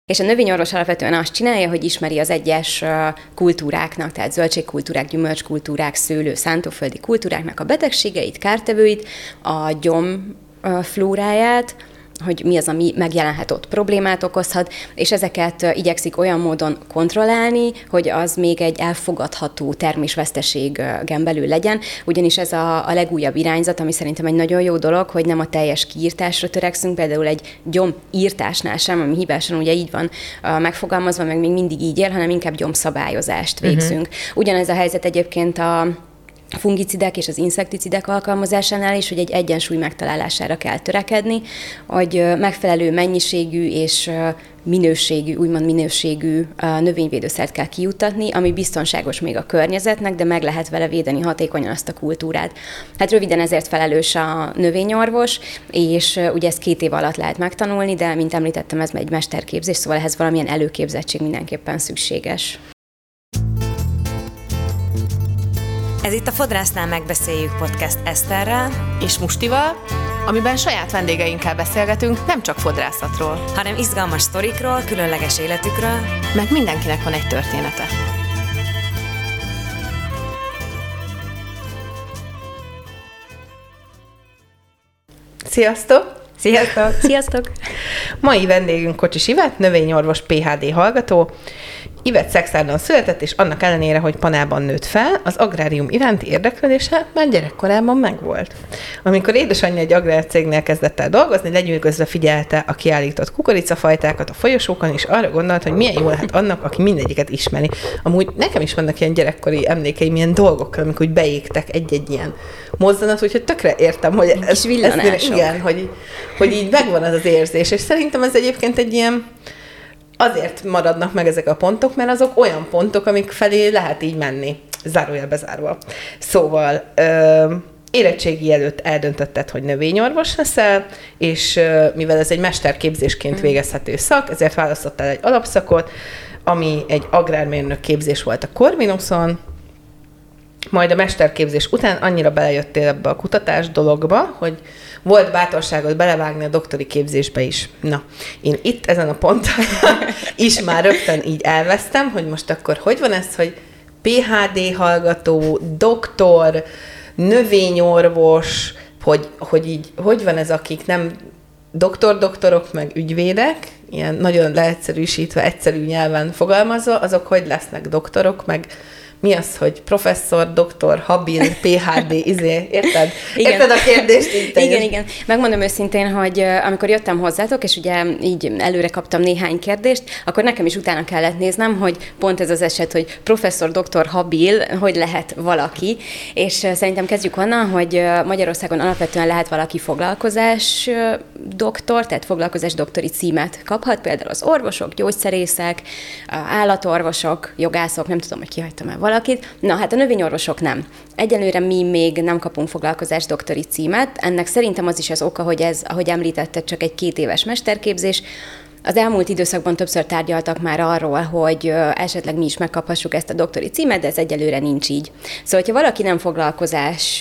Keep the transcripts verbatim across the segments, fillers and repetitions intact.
És a növényorvos alapvetően azt csinálja, hogy ismeri az egyes kultúráknak, tehát zöldségkultúrák, gyümölcskultúrák, szőlő, szántóföldi kultúráknak a betegségeit, kártevőit, a gyom flóráját, hogy mi az, ami megjelenhet ott, problémát okozhat, és ezeket igyekszik olyan módon kontrollálni, hogy az még egy elfogadható termésveszteségen belül legyen, ugyanis ez a, a legújabb irányzat, ami szerintem egy nagyon jó dolog, hogy nem a teljes kiírtásra törekszünk, például egy gyomírtásnál sem, ami hibásan ugye így van megfogalmazva, meg még mindig így él, hanem inkább gyomszabályozást végzünk. Uh-huh. Ugyanez a helyzet egyébként a fungicidek és az inszekticidek alkalmazásánál is, hogy egy egyensúly megtalálására kell törekedni, hogy megfelelő mennyiségű és minőségű, úgymond minőségű növényvédőszert kell kijuttatni, ami biztonságos még a környezetnek, de meg lehet vele védeni hatékonyan azt a kultúrát. Hát röviden ezért felelős a növényorvos, és ugye ezt két év alatt lehet megtanulni, de mint említettem, ez egy mesterképzés, szóval ehhez valamilyen előképzettség mindenképpen szükséges. Ez itt a Fodrásznál megbeszéljük podcast Eszterrel és Mustival, amiben saját vendégeinkkel beszélgetünk nem csak fodrászatról, hanem izgalmas sztorikról, különleges életükről, meg mindenkinek van egy története. Sziasztok! Sziasztok! Sziasztok! Mai vendégünk Kocsis Ivett, növényorvos, pé há dé hallgató. Ivett Szekszárdan született, és annak ellenére, hogy Panában nőtt fel, az agrárium iránti érdeklődése már gyerekkorában megvolt. Amikor édesanyja egy agrárcégnél kezdett el dolgozni, lenyűgözve figyelte a kiállított kukoricafajtákat a folyosókon, és arra gondolt, hogy milyen jó lehet annak, aki mindegyiket ismeri. Amúgy nekem is vannak ilyen gyerekkori emlékeim, ilyen dolgokkal, amikor úgy beégtek egy-egy ilyen mozzanat, úgyhogy tökre értem, hogy ez, ez igen, hogy, hogy így megvan az az érzés, és szerintem ez egyébként egy ilyen azért maradnak meg ezek a pontok, mert azok olyan pontok, amik felé lehet így menni. Zárójel bezárva. Szóval ö, érettségi előtt eldöntötted, hogy növényorvos leszel, és ö, mivel ez egy mesterképzésként végezhető szak, ezért választottál egy alapszakot, ami egy agrármérnök képzés volt a Corvinuson, majd a mesterképzés után annyira belejöttél ebbe a kutatás dologba, hogy volt bátorságod belevágni a doktori képzésbe is. Na, én itt ezen a ponton is már rögtön így elvesztem, hogy most akkor hogy van ez, hogy pé há dé hallgató, doktor, növényorvos, hogy, hogy így, hogy van ez, akik nem doktor-doktorok, meg ügyvédek, ilyen nagyon leegyszerűsítve, egyszerű nyelven fogalmazva, azok hogy lesznek doktorok, meg mi az, hogy professzor, doktor, habil, pé há dé, izé, érted? Igen. Érted a kérdést? Így igen, igen. Megmondom őszintén, hogy amikor jöttem hozzátok, és ugye így előre kaptam néhány kérdést, akkor nekem is utána kellett néznem, hogy pont ez az eset, hogy professzor, doktor, habil, hogy lehet valaki, és szerintem kezdjük onnan, hogy Magyarországon alapvetően lehet valaki foglalkozás doktor, tehát foglalkozás doktori címet kaphat, például az orvosok, gyógyszerészek, állatorvosok, jogászok, nem tudom, hogy kihagytam el valakit. Na, hát a növényorvosok nem. Egyelőre mi még nem kapunk foglalkozás doktori címet. Ennek szerintem az is az oka, hogy ez, ahogy említetted, csak egy két éves mesterképzés. Az elmúlt időszakban többször tárgyaltak már arról, hogy esetleg mi is megkaphassuk ezt a doktori címet, de ez egyelőre nincs így. Szóval, hogyha valaki nem foglalkozás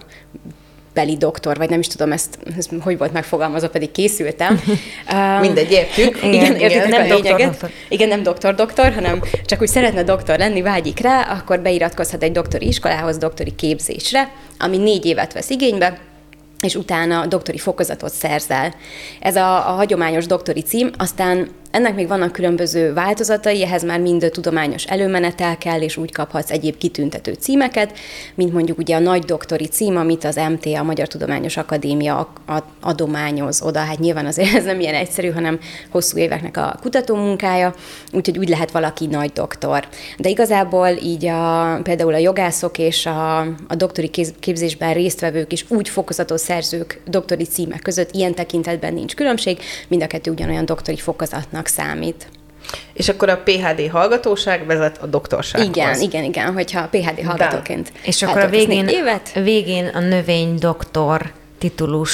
beli doktor, vagy nem is tudom, ezt, ezt hogy volt megfogalmazva, pedig készültem. Mindegy, értjük. Igen, igen, értjük, nem lényeget. Igen, nem doktor-doktor, hanem csak úgy szeretne doktor lenni, vágyik rá, akkor beiratkozhat egy doktori iskolához, doktori képzésre, ami négy évet vesz igénybe, és utána doktori fokozatot szerzel. Ez a, a hagyományos doktori cím, aztán ennek még vannak különböző változatai, ehhez már mind tudományos előmenetel kell, és úgy kaphatsz egyéb kitüntető címeket, mint mondjuk ugye a nagy doktori cím, amit az em té, a Magyar Tudományos Akadémia adományoz oda. Hát nyilván azért ez nem ilyen egyszerű, hanem hosszú éveknek a kutatómunkája, úgyhogy úgy lehet valaki nagy doktor. De igazából így a, például a jogászok és a, a doktori képzésben résztvevők is úgy fokozatot szerzők doktori címek között ilyen tekintetben nincs különbség, mind a kettő ugyanolyan doktori fokozatnak számít. És akkor a pé há dé hallgatóság vezet a doktorsághoz. Igen, igen, igen, hogyha pé há dé hallgatóként. És akkor a végén, végén a növénydoktor titulus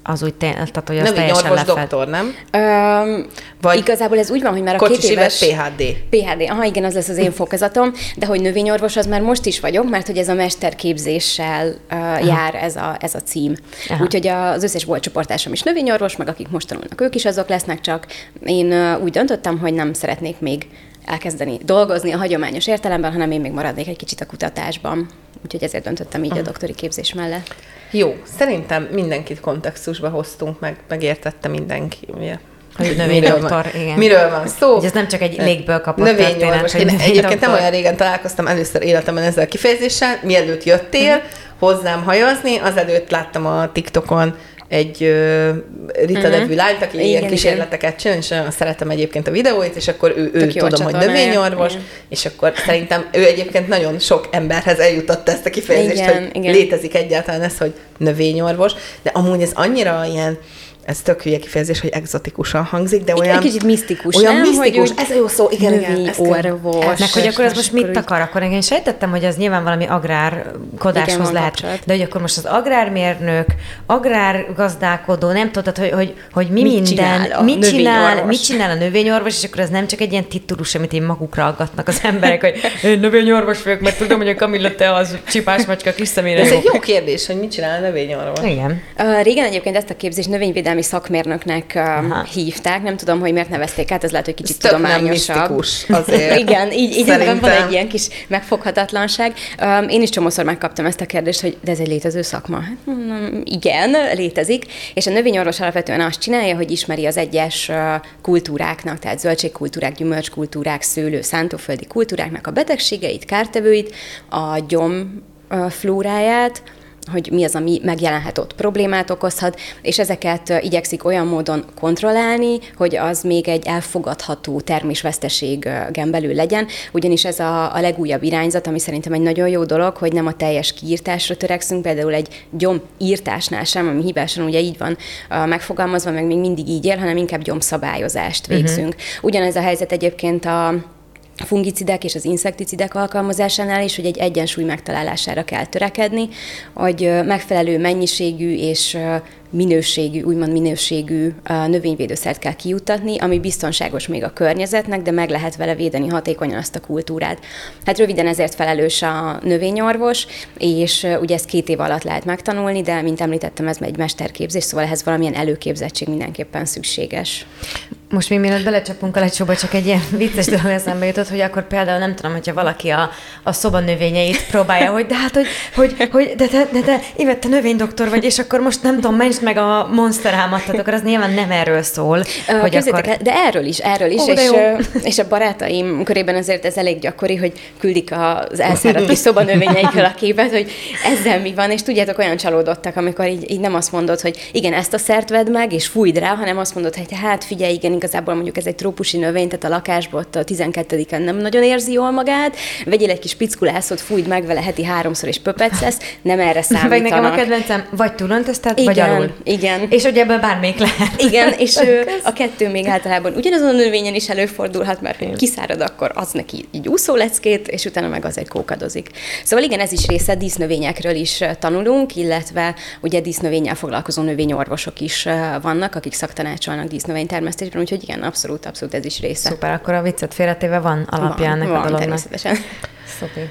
az úgy tény, tehát, hogy az nem teljesen orvos lefed. doktor, nem? Öm, Vagy igazából ez úgy van, hogy már a két Kocsis éves... pé há dé. pé há dé, aha, igen, az lesz az én fokozatom, de hogy növényorvos, az már most is vagyok, mert hogy ez a mesterképzéssel uh, jár ez a, ez a cím. Aha. Úgyhogy az összes volt csoportásom is növényorvos, meg akik most tanulnak, ők is azok lesznek, csak én uh, úgy döntöttem, hogy nem szeretnék még elkezdeni dolgozni a hagyományos értelemben, hanem én még maradnék egy kicsit a kutatásban. Úgyhogy ezért döntöttem így a doktori képzés mellett. Jó, szerintem mindenkit kontextusba hoztunk, meg megértette mindenki, ugye? Hogy növénydoktor, igen. Miről van szó? Hogy ez nem csak egy légből kapott történet. Én egyébként nem olyan régen találkoztam először életemben ezzel a kifejezéssel, mielőtt jöttél uh-huh. hozzám hajazni, azelőtt láttam a TikTokon egy uh, Rita uh-huh. nevű lányt, aki igen, ilyen kísérleteket csinál, és nagyon szeretem egyébként a videóit, és akkor ő, ő tudom, hogy növényorvos, igen. És akkor szerintem ő egyébként nagyon sok emberhez eljutatta ezt a kifejezést, igen, hogy igen. létezik egyáltalán ez, hogy növényorvos, de amúgy ez annyira ilyen, ez tök hülye kifejezés, hogy egzotikusan hangzik, de olyan... Egy kicsit misztikus, olyan nem? misztikus, ez a jó szó, igen, igen. Orvos. Meg hogy akkor ez most mit akar? Akkor én sejtettem, hogy ez nyilván valami agrárkodáshoz igen, lehet. Kapcsolat. De hogy akkor most az agrármérnök, agrárgazdálkodó, nem tudod, hogy, hogy, hogy mi mit minden, csinál mit csinál, mit csinál a növényorvos, és akkor ez nem csak egy ilyen titulus, amit én magukra aggatnak az emberek, hogy én növényorvos vagyok, mert tudom, hogy a Kamilla te az csipás macska kis szemére. Ez egy jó kérdés, hogy mit csinál a növényorvos. Igen. Uh, régen egyébként ezt a képzést növényvédelmi szakmérnöknek uh, hívták, nem tudom, hogy miért nevezték át, ez lehet, hogy kicsit tudományosabb. azért. Igen, így, így van egy ilyen kis megfoghatatlanság. Um, én is csomószor megkaptam ezt a kérdést, hogy de ez egy létező szakma. Hát, mondom, igen, létezik, és a növényorvos alapvetően azt csinálja, hogy ismeri az egyes uh, kultúráknak, tehát zöldségkultúrák, gyümölcskultúrák, szőlő, szántóföldi kultúráknak a betegségeit, kártevőit, a gyom uh, flóráját, hogy mi az, ami megjelenhet ott, problémát okozhat, és ezeket igyekszik olyan módon kontrollálni, hogy az még egy elfogadható termésveszteségen belül legyen, ugyanis ez a, a legújabb irányzat, ami szerintem egy nagyon jó dolog, hogy nem a teljes kiírtásra törekszünk, például egy gyomírtásnál sem, ami hibásan ugye így van megfogalmazva, meg még mindig így él, hanem inkább gyomszabályozást végzünk. Uh-huh. Ugyanez a helyzet egyébként a A fungicidek és az inszekticidek alkalmazásánál is, hogy egy egyensúly megtalálására kell törekedni, hogy megfelelő mennyiségű és minőségű, úgymond minőségű növényvédőszert kell kijuttatni, ami biztonságos még a környezetnek, de meg lehet vele védeni hatékonyan azt a kultúrát. Hát röviden ezért felelős a növényorvos, és ugye ezt két év alatt lehet megtanulni, de mint említettem, ez egy mesterképzés, szóval ehhez valamilyen előképzettség mindenképpen szükséges. Most még mielőtt belecsapunk a lecsóba, csak egy ilyen vicces dolog eszembe jutott, hogy akkor például nem tudom, hogyha valaki a, a szobanövényeit próbálja, hogy de hát, hogy, hogy, hogy de te, de te, Ivett, te növénydoktor vagy, és akkor most nem tudom, mentsd meg a monsterámat, tehát akkor az nyilván nem erről szól. Uh, hogy akkor... el, de erről is, erről is, Ó, és, és a barátaim körében azért ez elég gyakori, hogy küldik az elszáradt kis szobanövényeikről a képet, hogy ezzel mi van, és tudjátok, olyan csalódottak, amikor így, így nem azt mondod, hogy igen, ezt a szert vedd meg, és fújd rá, hanem azt mondod, hogy hát figyelj, igen, igazából mondjuk ez egy trópusi növény, tehát a lakásban ott a tizenkettediken nem nagyon érzi jól magát, vegyél egy kis pickulászot, fújd meg vele heti háromszor, és pöpec lesz, nem erre számítanak. Vagy nekem a kedvencem, vagy túlöntözted, vagy alul. Igen. És hogy ebből bármelyik lehet. Igen, és a kettő még általában ugyanazon a növényen is előfordulhat, mert hogy kiszárad, akkor az neki egy úszóleckét, és utána meg az egy kókadozik. Szóval igen, ez is része, dísznövényekről is tanulunk, illetve ugye dísznövénnyel foglalkozó növényorvosok is vannak, akik szaktanácsolnak dísznövénytermesztésben, úgyhogy igen, abszolút, abszolút ez is része. Szuper, akkor a viccet félretéve van alapja ennek van, a dolognak. Természetesen. Szuper.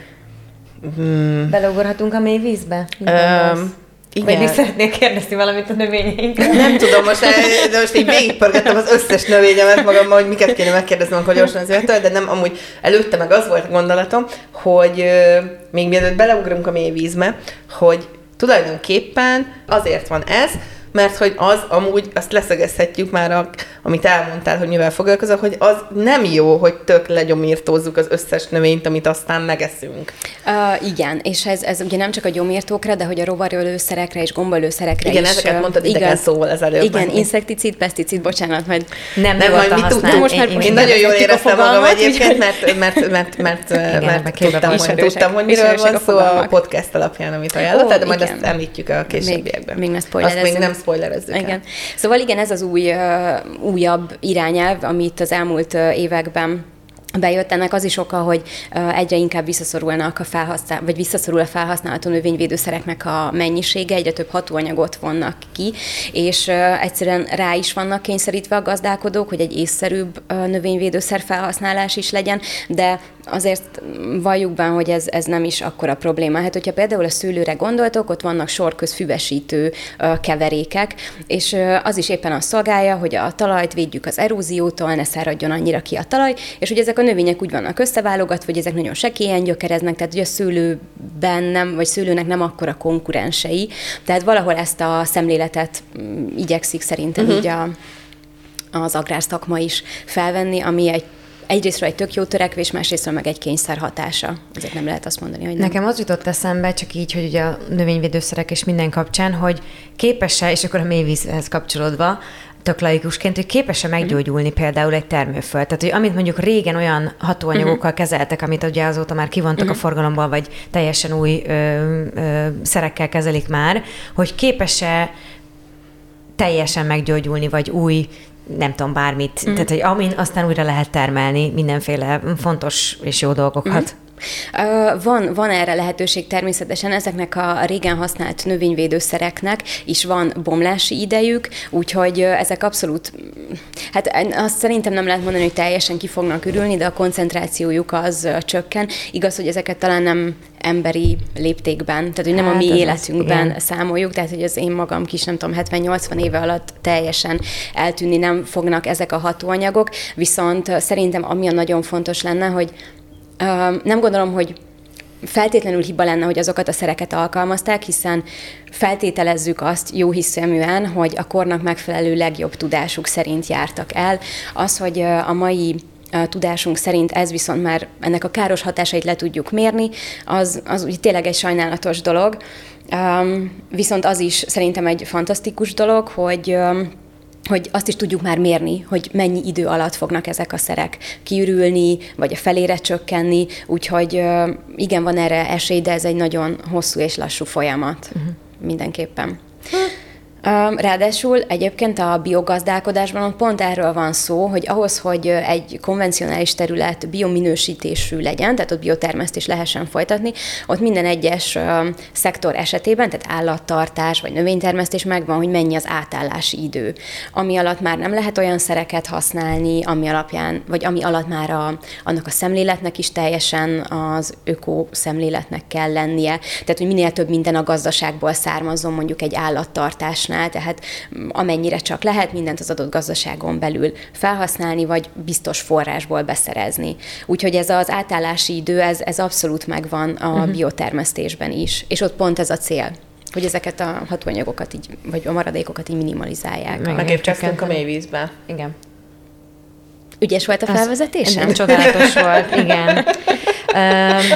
Hmm. Beleugorhatunk a mély vízbe? Um, igen. Vagy még szeretnél kérdezni valamit a növényeinkről? Nem tudom, most, de most így végigpörgettem az összes növényemet magammal, hogy miket kéne megkérdeznem akkor gyorsan az életől, de nem, amúgy előtte meg az volt a gondolatom, hogy euh, még mielőtt beleugrunk a mély vízbe, hogy tulajdonképpen azért van ez, mert hogy az amúgy, azt leszögezhetjük már, a, amit elmondtál, hogy mivel foglalkozok, hogy az nem jó, hogy tök legyomírtózzuk az összes növényt, amit aztán megeszünk. Uh, igen, és ez, ez ugye nem csak a gyomírtókra, de hogy a rovarölőszerekre és gombaölőszerekre igen, is. Igen, ezeket mondtad idegen szóval az előbb. Igen, inszekticid, peszticid, bocsánat, majd nem, nem majd mit tudtam. Most már én, én nagyon jól éreztem magam egyébként, mert, mert, mert, mert, igen, mert tudtam, hogy, tudtam, hogy miről van szó a podcast alapján, amit ajánlottál, de majd ezt említjük a későbbiekben. Még, még azt még nem spoilerezzük igen. el. Szóval igen, ez az új, uh, újabb irányelv, amit az elmúlt uh, években bejött. Ennek az is oka, hogy egyre inkább visszaszorulnak a felhasznál, vagy visszaszorul a felhasználható növényvédőszereknek a mennyisége, egyre több hatóanyagot vonnak ki, és egyszerűen rá is vannak kényszerítve a gazdálkodók, hogy egy észszerűbb növényvédőszer felhasználás is legyen, de azért valljuk be, hogy ez, ez nem is akkora probléma. Hát, hogyha például a szőlőre gondoltok, ott vannak sorköz füvesítő keverékek, és az is éppen azt szolgálja, hogy a talajt védjük az eróziótól, ne száradjon annyira ki a talaj, és hogy ezek a növények úgy vannak összeválogatva, hogy ezek nagyon sekélyen gyökereznek, tehát hogy a szőlőben nem, vagy szőlőnek nem akkora konkurensei. Tehát valahol ezt a szemléletet igyekszik szerintem uh-huh. így a, az agrárszakma is felvenni, ami egy egyrésztről egy tök jó törekvés, másrésztről meg egy kényszer hatása. Ezért nem lehet azt mondani, hogy nem. Nekem az jutott eszembe, csak így, hogy ugye a növényvédőszerek és minden kapcsán, hogy képes-e, és akkor a mélyvízhez kapcsolódva, tök laikusként, hogy képes-e meggyógyulni uh-huh. például egy termőföld. Tehát, hogy amit mondjuk régen olyan hatóanyagokkal uh-huh. kezeltek, amit ugye azóta már kivontak uh-huh. a forgalomból, vagy teljesen új ö, ö, szerekkel kezelik már, hogy képes-e teljesen meggyógyulni, vagy új nem tudom, bármit. Mm. Tehát, hogy amin aztán újra lehet termelni mindenféle fontos és jó dolgokat. Mm. Uh, van, van erre lehetőség természetesen, ezeknek a régen használt növényvédőszereknek is van bomlási idejük, úgyhogy ezek abszolút, hát azt szerintem nem lehet mondani, hogy teljesen ki fognak ürülni, de a koncentrációjuk az csökken. Igaz, hogy ezeket talán nem emberi léptékben, tehát hogy nem hát, a mi életünkben az, számoljuk, tehát hogy az én magam kis, nem tudom, hetven-nyolcvan éve alatt teljesen eltűnni nem fognak ezek a hatóanyagok, viszont szerintem ami nagyon fontos lenne, hogy nem gondolom, hogy feltétlenül hiba lenne, hogy azokat a szereket alkalmazták, hiszen feltételezzük azt jóhiszeműen, hogy a kornak megfelelő legjobb tudásuk szerint jártak el. Az, hogy a mai tudásunk szerint ez viszont már ennek a káros hatásait le tudjuk mérni, az, az úgy tényleg egy sajnálatos dolog. Viszont az is szerintem egy fantasztikus dolog, hogy hogy azt is tudjuk már mérni, hogy mennyi idő alatt fognak ezek a szerek kiürülni, vagy a felére csökkenni, úgyhogy igen, van erre esély, de ez egy nagyon hosszú és lassú folyamat uh-huh. mindenképpen. Ráadásul egyébként a biogazdálkodásban pont erről van szó, hogy ahhoz, hogy egy konvencionális terület biominősítésű legyen, tehát ott biotermesztés lehessen folytatni, ott minden egyes szektor esetében, tehát állattartás vagy növénytermesztés megvan, hogy mennyi az átállási idő. Ami alatt már nem lehet olyan szereket használni, ami alapján, vagy ami alatt már a, annak a szemléletnek is teljesen az öko szemléletnek kell lennie. Tehát, hogy minél több minden a gazdaságból származzon, mondjuk egy állattartás, tehát amennyire csak lehet mindent az adott gazdaságon belül felhasználni, vagy biztos forrásból beszerezni. Úgyhogy ez az átállási idő, ez, ez abszolút megvan a uh-huh. biotermesztésben is. És ott pont ez a cél, hogy ezeket a hatóanyagokat így, vagy a maradékokat így minimalizálják. Megérkeztünk a mélyvízbe. Igen. Ügyes volt a felvezetésem? Ez csodálatos volt, igen. Um,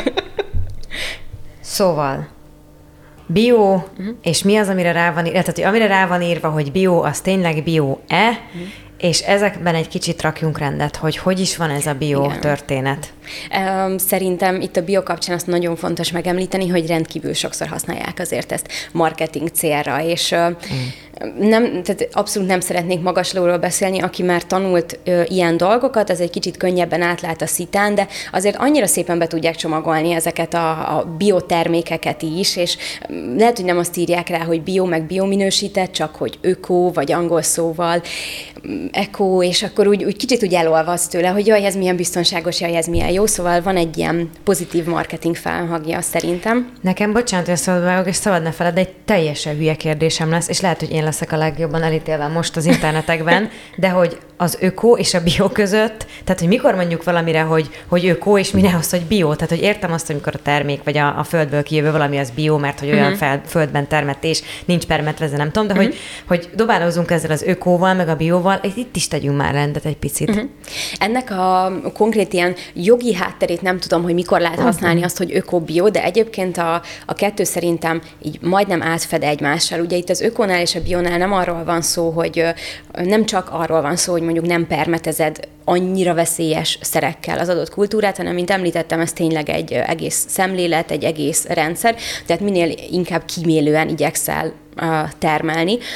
szóval... Bio, uh-huh. és mi az, amire rá van írva, tehát amire rá van írva, hogy bio, az tényleg bio-e, uh-huh. és ezekben egy kicsit rakjunk rendet, hogy hogy is van ez a bio Igen. történet. Szerintem itt a bio kapcsán azt nagyon fontos megemlíteni, hogy rendkívül sokszor használják azért ezt marketing célra, és mm. nem, tehát abszolút nem szeretnék magaslóról beszélni, aki már tanult ö, ilyen dolgokat, az egy kicsit könnyebben átlát a szitán, de azért annyira szépen be tudják csomagolni ezeket a, a biotermékeket is, és lehet, hogy nem azt írják rá, hogy bio meg biominősített, csak hogy öko, vagy angol szóval eko, és akkor úgy, úgy kicsit úgy elolvaszt tőle, hogy jaj, ez milyen biztonságos, jaj, ez milyen jó, szóval van egy ilyen pozitív marketing felhangja szerintem. Nekem, bocsánat, hogy szabad vágok, és szabad ne feled, de egy teljesen hülye kérdésem lesz, és lehet, hogy én leszek a legjobban elítélve most az internetekben, de hogy az öko és a bio között, tehát hogy mikor mondjuk valamire, hogy, hogy öko, és mire az, hogy bio, tehát hogy értem azt, hogy mikor a termék, vagy a, a földből kijövő valami az bio, mert hogy olyan uh-huh. fel, földben termett, és nincs permetrezve, nem tudom, de uh-huh. hogy, hogy dobálózunk ezzel az ökóval, meg a bióval, itt is tegyünk már rendet egy picit. Uh-huh. Ennek a konkrét ilyen jogi hátterét nem tudom, hogy mikor lehet használni uh-huh. azt, hogy öko-bio, de egyébként a, a kettő szerintem így majdnem átfed egymással. Ugye itt az ökonál és a bionál nem arról van szó, hogy nem csak arról van szó, hogy mondjuk nem permetezed annyira veszélyes szerekkel az adott kultúrát, hanem, mint említettem, ez tényleg egy egész szemlélet, egy egész rendszer, tehát minél inkább kímélően igyekszel termelni.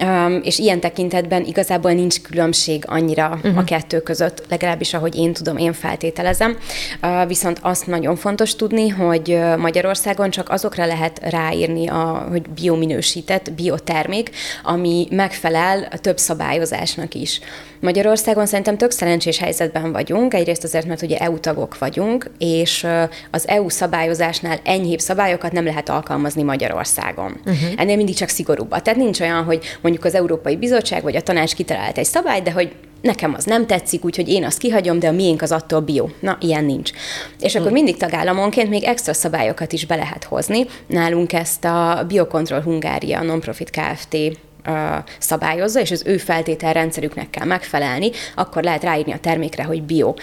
és ilyen tekintetben igazából nincs különbség annyira uh-huh. a kettő között, legalábbis ahogy én tudom, én feltételezem. Viszont azt nagyon fontos tudni, hogy Magyarországon csak azokra lehet ráírni, a, hogy biominősített, biotermék, ami megfelel a több szabályozásnak is. Magyarországon szerintem tök szerencsés helyzetben vagyunk, egyrészt azért, mert ugye é u tagok vagyunk, és az é u szabályozásnál enyhébb szabályokat nem lehet alkalmazni Magyarországon. Uh-huh. Ennél mindig csak szigorúbban. Tehát nincs olyan, hogy mondjuk az Európai Bizottság vagy a tanács kitalált egy szabályt, de hogy nekem az nem tetszik, úgyhogy én azt kihagyom, de a miénk az attól bio. Na, ilyen nincs. És akkor mindig tagállamonként még extra szabályokat is be lehet hozni. Nálunk ezt a Biocontrol Hungária non-profit Kft. Szabályozza, és az ő feltételrendszerüknek kell megfelelni, akkor lehet ráírni a termékre, hogy bio.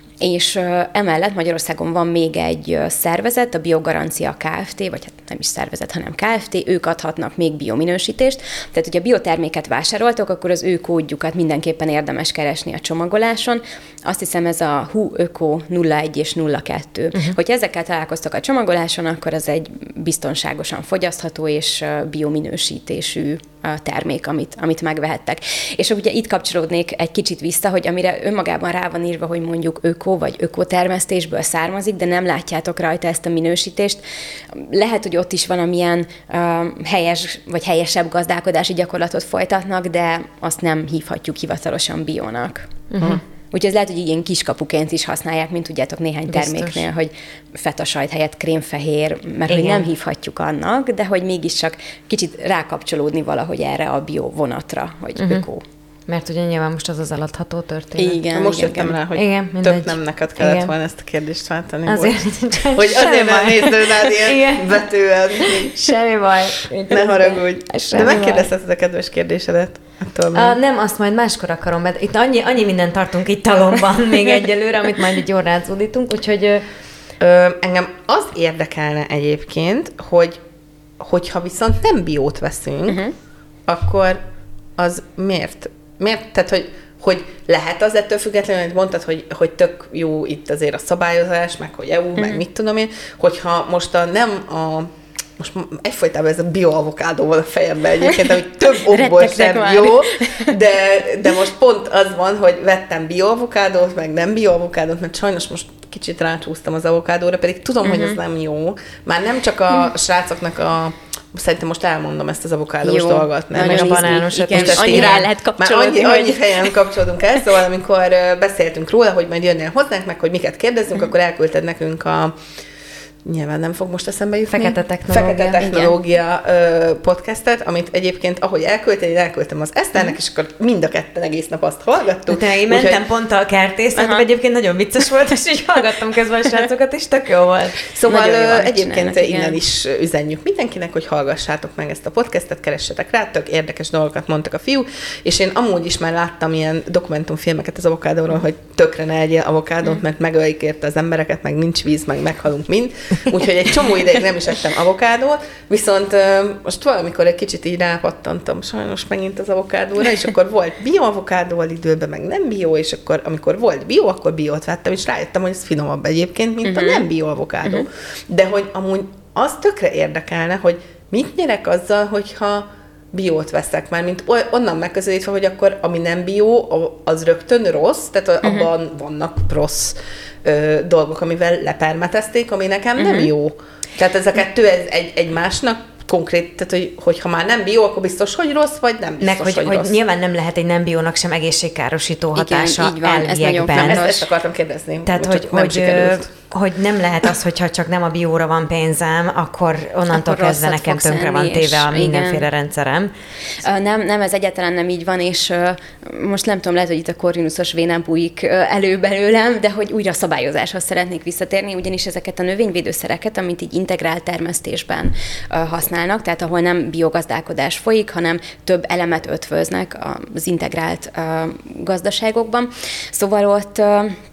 És emellett Magyarországon van még egy szervezet, a Biogarancia Kft., vagy hát nem is szervezet, hanem Kft., ők adhatnak még biominősítést. Tehát, hogyha bioterméket vásároltok, akkor az ő kódjukat mindenképpen érdemes keresni a csomagoláson. Azt hiszem, ez a Hu Öko nulla egy és nulla kettő. Uh-huh. Hogyha ezekkel találkoztok a csomagoláson, akkor az egy biztonságosan fogyasztható és biominősítésű termék, amit, amit megvehettek. És ugye itt kapcsolódnék egy kicsit vissza, hogy amire önmagában rá van írva, hogy mondjuk öko vagy ökotermesztésből származik, de nem látjátok rajta ezt a minősítést. Lehet, hogy ott is valamilyen uh, helyes vagy helyesebb gazdálkodási gyakorlatot folytatnak, de azt nem hívhatjuk hivatalosan biónak. Uh-huh. Úgyhogy ez lehet, hogy ilyen kiskapuként is használják, mint tudjátok néhány Biztos. terméknél, hogy fetasajt helyett krémfehér, mert hogy nem hívhatjuk annak, de hogy mégiscsak kicsit rákapcsolódni valahogy erre a bio vonatra, hogy uh-huh. öko. Mert ugye nyilván most az az eladható történet. Igen, most igen, jöttem igen. rá, hogy igen, több nem neked kellett igen. volna ezt a kérdést váltani. Azért, hogy azért nem nézd rád ilyen vetően. Semmi baj. Ne haragudj. De megkérdezheted a kedves kérdésedet. A, nem, azt majd máskor akarom, mert itt annyi, annyi mindent tartunk itt talomban még egyelőre, amit majd így jól rázódítunk, úgyhogy... Ö, engem az érdekelne egyébként, hogy hogyha viszont nem biót veszünk, uh-huh. akkor az miért? Miért? Tehát, hogy, hogy lehet az ettől függetlenül, hogy mondtad, hogy, hogy tök jó itt azért a szabályozás, meg hogy é u, uh-huh. meg mit tudom én, hogyha most a nem a most egyfolytában ez a bioavokádó van a fejemben egyébként, hogy több okból sem jó, de, de most pont az van, hogy vettem bioavokádót, meg nem bioavokádót, mert sajnos most kicsit rácsúsztam az avokádóra, pedig tudom, uh-huh. hogy ez nem jó. Már nem csak a uh-huh. srácoknak a szerintem most elmondom ezt az avokádós jó, dolgot. Meg a banánosat. Igen, annyira el lehet kapcsolódni. Már annyi, annyi helyen kapcsolódunk el, szóval amikor beszéltünk róla, hogy majd jönnél hozzánk, meg hogy miket kérdezzünk, uh-huh. akkor elküldted nekünk a nyilván nem fog most eszembe jutni. Fekete technológia. Fekete technológia uh, podcastet, amit egyébként, ahogy elküldtem, én elküldtem az Eszternek, uh-huh. és akkor mind a ketten egész nap azt hallgattuk. De én mentem úgy, pont a kertészetbe, egyébként nagyon vicces volt, és így hallgattam közben a srácokat, és tök jó volt. Szóval uh, egyébként innen igen. is üzenjük mindenkinek, hogy hallgassátok meg ezt a podcastet, keressetek rá, tök érdekes dolgokat mondtak a fiú, és én amúgy is már láttam ilyen dokumentumfilmeket az avokádóról, hogy tökre ne egyél avokádót, uh-huh. mert megöljük érte az embereket, meg nincs víz, meg meghalunk mind. Úgyhogy egy csomó ideig nem is ettem avokádót, viszont uh, most valamikor egy kicsit így rápattantam sajnos megint az avokádóra, és akkor volt bio-avokádó időben, meg nem bio, és akkor amikor volt bio, akkor biót vettem, és rájöttem, hogy ez finomabb egyébként, mint uh-huh. a nem bio-avokádó. Uh-huh. De hogy amúgy az tökre érdekelne, hogy mit nyerek azzal, hogyha biót veszek már, mint onnan megközelítve, hogy akkor ami nem bio, az rögtön rossz, tehát uh-huh. abban vannak rossz ö, dolgok, amivel lepermetezték, ami nekem uh-huh. nem jó. Tehát ez a kettő egy, egy, egymásnak konkrét, tehát hogy, hogy ha már nem bio, akkor biztos, hogy rossz, vagy nem biztos, Meg, hogy, hogy, hogy rossz. Nyilván nem lehet egy nem biónak sem egészségkárosító hatása. Igen, így van, ez nagyon ezt, ezt akartam kérdezni. Tehát, hogy, hogy, hogy nem lehet az, hogyha csak nem a bióra van pénzem, akkor onnantól akkor kezdve nekem tönkre van téve a mindenféle igen. rendszerem. Nem, nem, ez egyáltalán nem így van, és most nem tudom, lehet, hogy itt a Corvinusos vé nem bújik elő belőlem, de hogy újra szabályozáshoz szeretnék visszatérni, ugyanis ezeket a növényvédőszereket, amit így integrált termesztésben használnak, tehát ahol nem biogazdálkodás folyik, hanem több elemet ötvöznek az integrált gazdaságokban. Szóval ott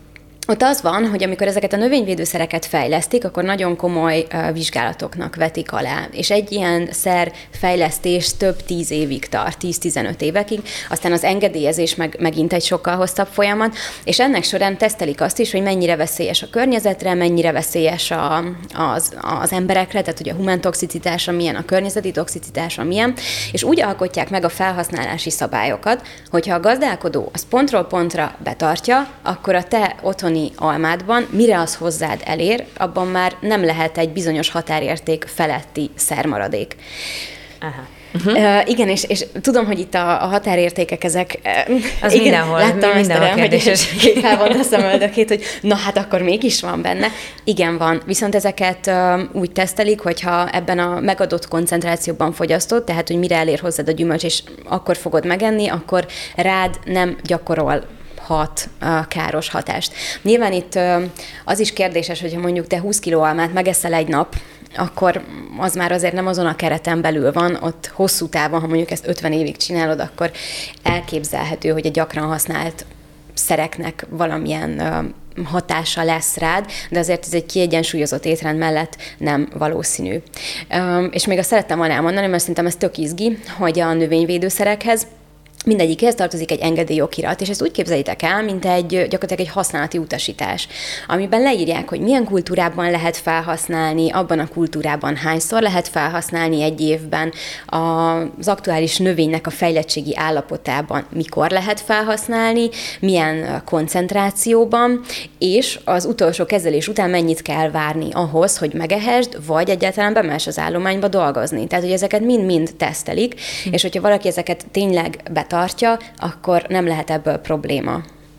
ott az van, hogy amikor ezeket a növényvédőszereket fejlesztik, akkor nagyon komoly uh, vizsgálatoknak vetik alá. És egy ilyen szer fejlesztés több tíz évig tart, tíz-tizenöt évekig, aztán az engedélyezés meg, megint egy sokkal hosszabb folyamat, és ennek során tesztelik azt is, hogy mennyire veszélyes a környezetre, mennyire veszélyes a, az, az emberekre, tehát hogy a humán toxicitása milyen, a környezeti toxicitása milyen, és úgy alkotják meg a felhasználási szabályokat, hogyha a gazdálkodó az pontról pontra betartja, akkor a te otthoni almádban, mire az hozzád elér, abban már nem lehet egy bizonyos határérték feletti szermaradék. Aha. Uh-huh. Uh, igen, és, és tudom, hogy itt a, a határértékek ezek... Az igen, mindenhol, láttam mindenhol ezt, kérdéses. Hogy felvont a szemöldökét, hogy na hát akkor mégis van benne. Igen, van. Viszont ezeket uh, úgy tesztelik, hogyha ebben a megadott koncentrációban fogyasztod, tehát hogy mire elér hozzád a gyümölcs, és akkor fogod megenni, akkor rád nem gyakorol hat uh, káros hatást. Nyilván itt uh, az is kérdéses, hogyha mondjuk te húsz kiló almát megeszel egy nap, akkor az már azért nem azon a kereten belül van, ott hosszú távon, ha mondjuk ezt ötven évig csinálod, akkor elképzelhető, hogy a gyakran használt szereknek valamilyen uh, hatása lesz rád, de azért ez egy kiegyensúlyozott étrend mellett nem valószínű. Um, és még azt szerettem volna elmondani, mert szerintem ez tök izgi, hogy a növényvédőszerekhez mindegyikhez tartozik egy engedélyokirat, és ezt úgy képzeljétek el, mint egy gyakorlatilag egy használati utasítás, amiben leírják, hogy milyen kultúrában lehet felhasználni, abban a kultúrában hányszor lehet felhasználni egy évben, az aktuális növénynek a fejlettségi állapotában mikor lehet felhasználni, milyen koncentrációban, és az utolsó kezelés után mennyit kell várni ahhoz, hogy megehesd, vagy egyáltalán bemelsz az állományba dolgozni. Tehát, hogy ezeket mind-mind tesztelik, hm. és hogyha valaki ezeket tényleg tartja, akkor nem lehet ebből probléma.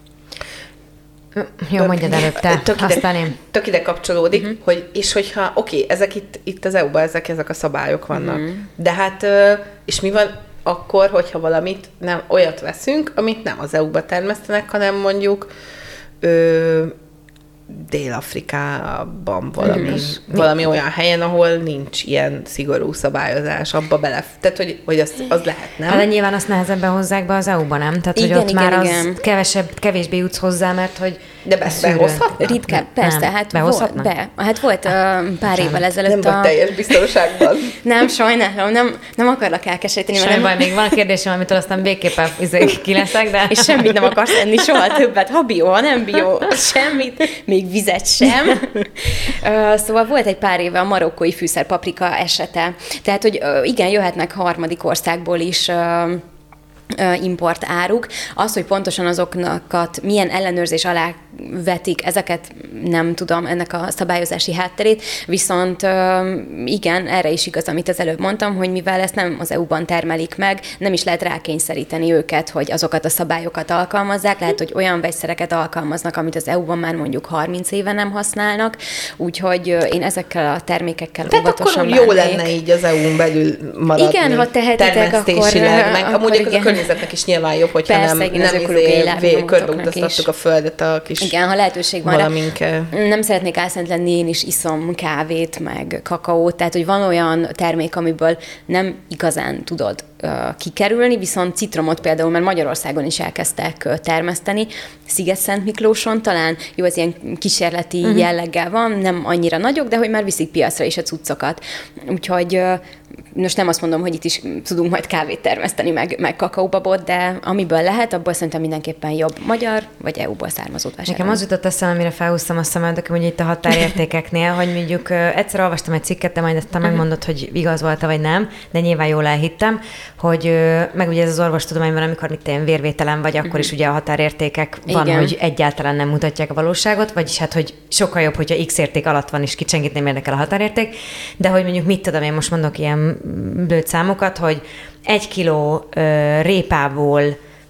Jó, mondjad előbb te, tök ide, aztán én. Tök ide kapcsolódik, uh-huh. hogy és hogyha, oké, okay, ezek itt, itt az é u-ban, ezek, ezek a szabályok vannak, uh-huh. de hát, és mi van akkor, hogyha valamit, nem olyat veszünk, amit nem az é u-ba termesztenek, hanem mondjuk ö, Dél-Afrikában valami, mm. valami olyan helyen, ahol nincs ilyen szigorú szabályozás, abba bele... Tehát, hogy, hogy az, az lehet, nem? Hát, de nyilván azt nehezebben hozzák be az é u-ba, nem? Tehát, igen, hogy ott igen, már igen. az kevesebb, kevésbé jutsz hozzá, mert hogy... De be, behozhatnak? Ritkább, persze, nem. hát volt, be. Hát volt uh, pár évvel ezelőtt nem a... Nem teljes biztonságban. Nem, sajnálom, nem, nem akarlak elkeseríteni. Semmi baj, még van kérdésem, amitől aztán végképpen ki leszek, de... És semmit nem akarsz enni soha többet, ha bio, ha nem bio, semmit, még vizet sem. uh, szóval volt egy pár éve a marokkói fűszerpaprika esete. Tehát, hogy uh, igen, jöhetnek harmadik országból is uh, import áruk. Az, hogy pontosan azoknakat milyen ellenőrzés alá vetik, ezeket nem tudom, ennek a szabályozási hátterét, viszont igen, erre is igaz, amit az előbb mondtam, hogy mivel ezt nem az é u-ban termelik meg, nem is lehet rákényszeríteni őket, hogy azokat a szabályokat alkalmazzák, lehet, hogy olyan vegyszereket alkalmaznak, amit az é u-ban már mondjuk harminc éve nem használnak, úgyhogy én ezekkel a termékekkel tehát óvatosan akkor jó lenne így az é u-n belül maradni. Igen, ha tehetitek, akkor... meg akkor amúgy igen. A környezetnek is nyilván jobb, hogyha persze, nem, igen, nem izé, körbeutaztattuk a földet a kis igen, ha lehetőség van valamink... rá. Nem szeretnék álszent lenni, én is iszom kávét, meg kakaót, tehát hogy van olyan termék, amiből nem igazán tudod uh, kikerülni, viszont citromot például, mert Magyarországon is elkezdtek uh, termeszteni, Sziget-Szentmiklóson talán, jó, az ilyen kísérleti uh-huh. jelleggel van, nem annyira nagyok, de hogy már viszik piacra is a cuccokat. Úgyhogy uh, most nem azt mondom, hogy itt is tudunk majd kávét termeszteni, meg, meg kakaóbabot, de amiből lehet, abból szerintem mindenképpen jobb magyar, vagy é u-ból származót vásárolni. Nekem az jutott eszembe, amire felhúztam a szemeldököm, hogy itt a határértékeknél, hogy mondjuk uh, egyszer olvastam egy cikket, de majd ezt uh-huh. megmondod, hogy igaz volt-e vagy nem, de nyilván jól elhittem, hogy uh, meg ugye ez az orvostudományban, amikor mit én vérvételen vagy, akkor uh-huh. is ugye a határértékek van, igen. hogy egyáltalán nem mutatják a valóságot, vagyis hát, hogy sokkal jobb, hogyha X érték alatt van, és kicsengít nem érdekel a határérték, de hogy mondjuk mit tudom, én most mondok ilyen blöd számokat, hogy egy kiló ö, répából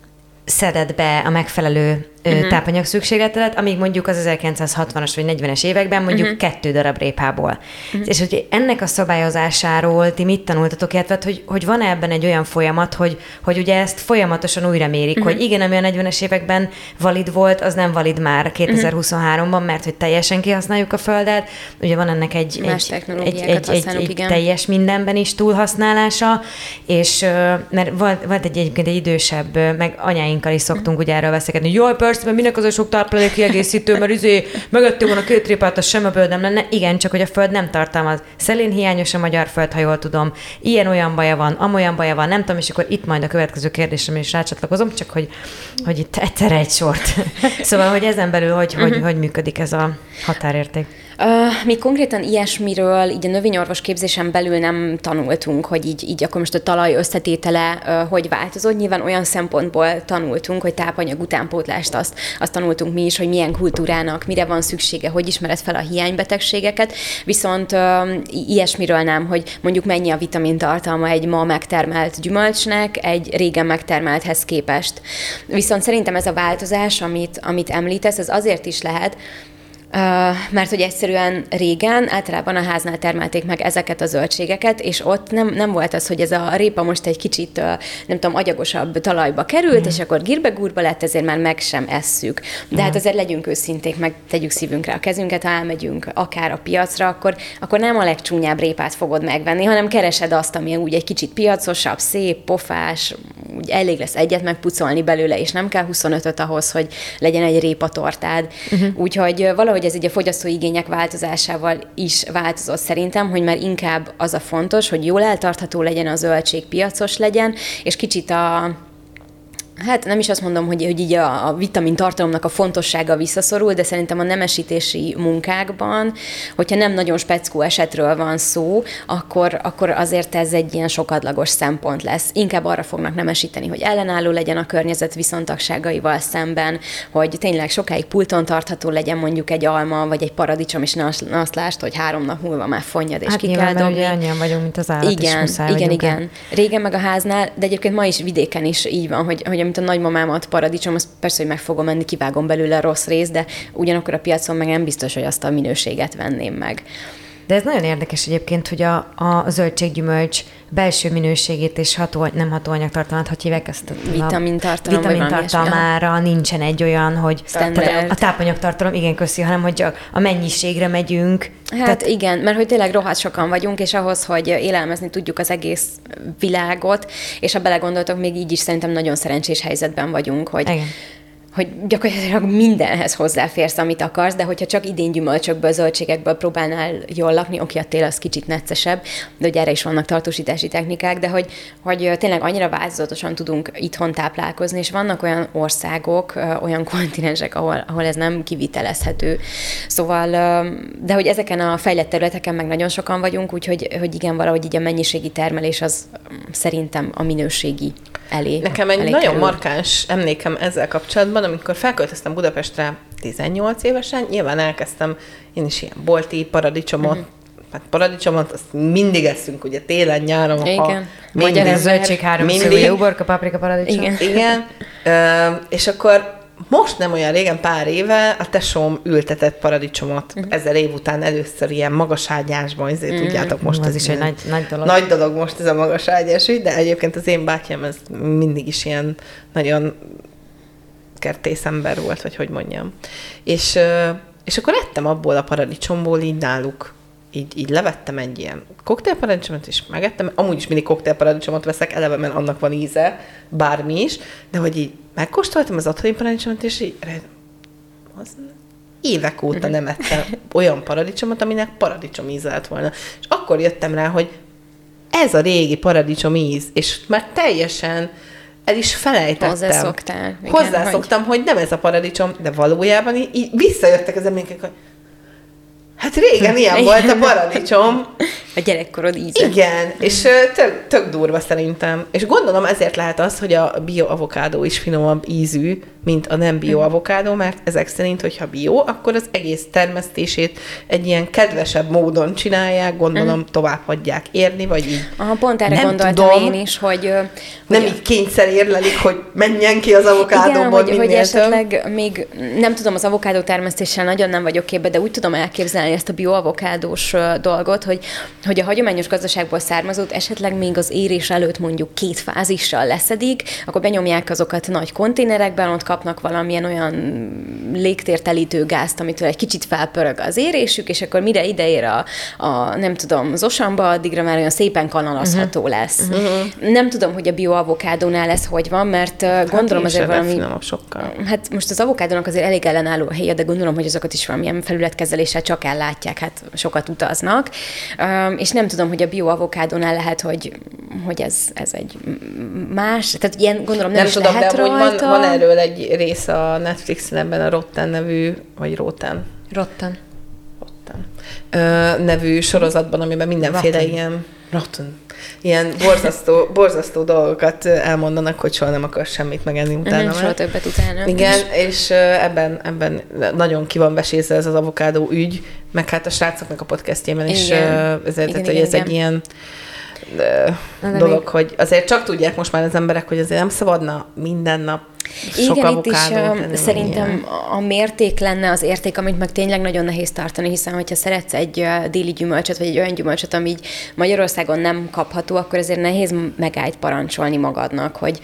szeded be a megfelelő uh-huh. tápanyag szükségletedet, amíg mondjuk az ezerkilencszázhatvanas vagy negyvenes években mondjuk uh-huh. kettő darab répából. Uh-huh. És hogy ennek a szabályozásáról ti mit tanultatok, illetve hogy, hogy van ebben egy olyan folyamat, hogy, hogy ugye ezt folyamatosan újra mérik, uh-huh. hogy igen, ami a negyvenes években valid volt, az nem valid már kétezer-huszonháromban, mert hogy teljesen kihasználjuk a földet, ugye van ennek egy, egy, egy, egy, egy, egy teljes mindenben is túlhasználása, és mert volt, volt egy, egyébként egy idősebb, meg anyáinkkal is szoktunk uh-huh. ugye erről beszélgetni, hogy jaj, persze, persze, mert minek az, hogy sok táplálék kiegészítő, mert izé, megettél volna két répát, az sem a föld nem lenne. Igen, csak hogy a föld nem tartalmaz. Szelénhiányos a magyar föld, ha jól tudom. Ilyen-olyan baja van, amolyan baja van, nem tudom, és akkor itt majd a következő kérdésre is rácsatlakozom, csak hogy, hogy itt egyszerre egy sort. Szóval, hogy ezen belül hogy, hogy, hogy működik ez a határérték? Uh, mi konkrétan ilyesmiről így a növényorvos képzésen belül nem tanultunk, hogy így, így akkor most a talaj összetétele uh, hogy változott. Nyilván olyan szempontból tanultunk, hogy tápanyag utánpótlást azt, azt tanultunk mi is, hogy milyen kultúrának, mire van szüksége, hogy ismered fel a hiánybetegségeket, viszont uh, ilyesmiről nem, hogy mondjuk mennyi a vitamintartalma egy ma megtermelt gyümölcsnek egy régen megtermelthez képest. Viszont szerintem ez a változás, amit, amit említesz, ez azért is lehet, Uh, mert hogy egyszerűen régen általában a háznál termelték meg ezeket a zöldségeket, és ott nem, nem volt az, hogy ez a répa most egy kicsit, uh, nem tudom, agyagosabb talajba került, mm. és akkor gírbe-gúrba lett, ezért már meg sem esszük. De mm. hát azért legyünk őszinték, meg tegyük szívünkre a kezünket, ha elmegyünk akár a piacra, akkor, akkor nem a legcsúnyább répát fogod megvenni, hanem keresed azt, ami úgy egy kicsit piacosabb, szép, pofás, úgy elég lesz egyet megpucolni belőle, és nem kell huszonötöt ahhoz, hogy legyen egy répatortád. Mm-hmm. Úgyhogy valahogy ez így a fogyasztói igények változásával is változott szerintem, hogy már inkább az a fontos, hogy jól eltartható legyen a zöldség, piacos legyen, és kicsit a hát nem is azt mondom, hogy, hogy így a, a vitamin tartalomnak a fontossága visszaszorul, de szerintem a nemesítési munkákban, hogyha nem nagyon speckó esetről van szó, akkor, akkor azért ez egy ilyen sokadlagos szempont lesz. Inkább arra fognak nemesíteni, hogy ellenálló legyen a környezet viszontagságaival szemben, hogy tényleg sokáig pulton tartható legyen mondjuk egy alma, vagy egy paradicsom, és ne azt lásd, hogy három nap múlva már fonnyad, és hát ki nyilván, kell dobni. Ugye annyian vagyunk, mint az állat, igen, és muszáj igen, igen. El. Régen meg a háznál, de egyébként ma is vidéken is így van, hogy, hogy amit a nagymamámat paradicsom, azt persze, hogy meg fogom menni, kivágom belőle a rossz részt, de ugyanakkor a piacon meg nem biztos, hogy azt a minőséget venném meg. De ez nagyon érdekes egyébként, hogy a, a zöldséggyümölcs belső minőségét és ható, nem hatóanyagtartalmat, hogy hívják ezt a vitamintartalom, vitamintartalmára nincsen egy olyan, hogy tehát a tápanyagtartalom, igen, köszi, hanem hogy csak a mennyiségre megyünk. Hát tehát, igen, mert hogy tényleg rohadt sokan vagyunk, és ahhoz, hogy élelmezni tudjuk az egész világot, és ha belegondoltok, még így is szerintem nagyon szerencsés helyzetben vagyunk, hogy igen. hogy gyakorlatilag mindenhez hozzáférsz, amit akarsz, de hogyha csak idén gyümölcsökből, zöldségekből próbálnál jól lakni, oké, a tél az kicsit neccesebb, de hogy erre is vannak tartósítási technikák, de hogy, hogy tényleg annyira változatosan tudunk itthon táplálkozni, és vannak olyan országok, olyan kontinensek, ahol, ahol ez nem kivitelezhető. Szóval, de hogy ezeken a fejlett területeken meg nagyon sokan vagyunk, úgyhogy hogy igen, valahogy így a mennyiségi termelés az szerintem a minőségi elé. Nekem egy elé nagyon kerül. markáns emlékem ezzel kapcsolatban, amikor felköltöztem Budapestre tizennyolc évesen, nyilván elkezdtem én is ilyen bolti paradicsomot, uh-huh. hát paradicsomot, azt mindig eszünk, ugye télen, nyáron, igen. ha mindig. Magyar zöldség három szögű, uborka, paprika, paradicsom. Igen. Igen. Uh, és akkor most nem olyan régen, pár éve a tesóm ültetett paradicsomot uh-huh. ezer év után először ilyen magaságyásban, ezért uh-huh. tudjátok most ez ez is egy nagy, nagy dolog. Nagy dolog most ez a magaságyás, de egyébként az én bátyám ez mindig is ilyen nagyon kertészember volt, vagy hogy mondjam. És, és akkor ettem abból a paradicsomból így náluk. Így, így levettem egy ilyen koktélparadicsomot, és megettem. Amúgy is mindig koktélparadicsomot veszek, eleve, mert annak van íze, bármi is, de hogy így megkóstoltam az otthoni paradicsomot, és így az évek óta nem ettem olyan paradicsomot, aminek paradicsom íze lett volna. És akkor jöttem rá, hogy ez a régi paradicsom íz, és már teljesen el is felejtettem. Hozzászoktál. Hozzászoktam, hogy... hogy nem ez a paradicsom, de valójában így, így visszajöttek az emlékek, hogy hát régen ilyen volt a paradicsom. A gyerekkorod íze. Igen, és tök, tök durva szerintem. És gondolom ezért lehet az, hogy a bio-avokádó is finomabb ízű, mint a nem bio-avokádó, mert ezek szerint, hogyha bio, akkor az egész termesztését egy ilyen kedvesebb módon csinálják, gondolom uh-huh. tovább hagyják érni, vagy így. Aha, pont erre nem gondoltam tudom, én is, hogy... Nem hogy így kényszer érlelik, hogy menjen ki az avokádóból igen, hogy, hogy esetleg még, nem tudom, az avokádó termesztéssel nagyon nem vagyok képbe, de úgy tudom elképzelni ezt a bio-avokádós dolgot, hogy hogy a hagyományos gazdaságból származót esetleg még az érés előtt mondjuk két fázissal leszedik, akkor benyomják azokat nagy konténerekben, ott kapnak valamilyen olyan légtértelítő gázt, amitől egy kicsit felpörög az érésük, és akkor mire ideér a, a nem tudom, az osamba, addigra már olyan szépen kanalazható uh-huh. lesz. Uh-huh. Nem tudom, hogy a bioavokádónál ez hogy van, mert hát gondolom azért valami... sokkal. Hát most az avokádónak azért elég ellenálló a helye, de gondolom, hogy azokat is valamilyen felületkezeléssel csak ellátják, hát sokat utaznak. És nem tudom, hogy a bioavokádónál lehet, hogy, hogy ez, ez egy más, tehát ilyen gondolom nem, nem is tudom, lehet de rajta. Van, van erről egy rész a Netflixen ebben a Rotten nevű, vagy Rotten. Rotten. Rotten. Ö, nevű sorozatban, amiben mindenféle Rotten. ilyen Rotten. Ilyen borzasztó, borzasztó dolgokat elmondanak, hogy soha nem akar semmit megenni utána. Uh-huh, soha többet utána. Igen, és ebben, ebben nagyon ki van vesézve ez az avokádó ügy, meg hát a srácoknak a podcastjében is, igen. ez, igen, tehát, hogy ez igen. egy ilyen uh, dolog, még... hogy azért csak tudják most már az emberek, hogy azért nem szabadna minden nap sok igen, itt is tenni, szerintem ilyen. A mérték lenne az érték, amit meg tényleg nagyon nehéz tartani, hiszen hogyha szeretsz egy déli gyümölcsöt, vagy egy olyan gyümölcsöt, ami így Magyarországon nem kapható, akkor azért nehéz megállt parancsolni magadnak, hogy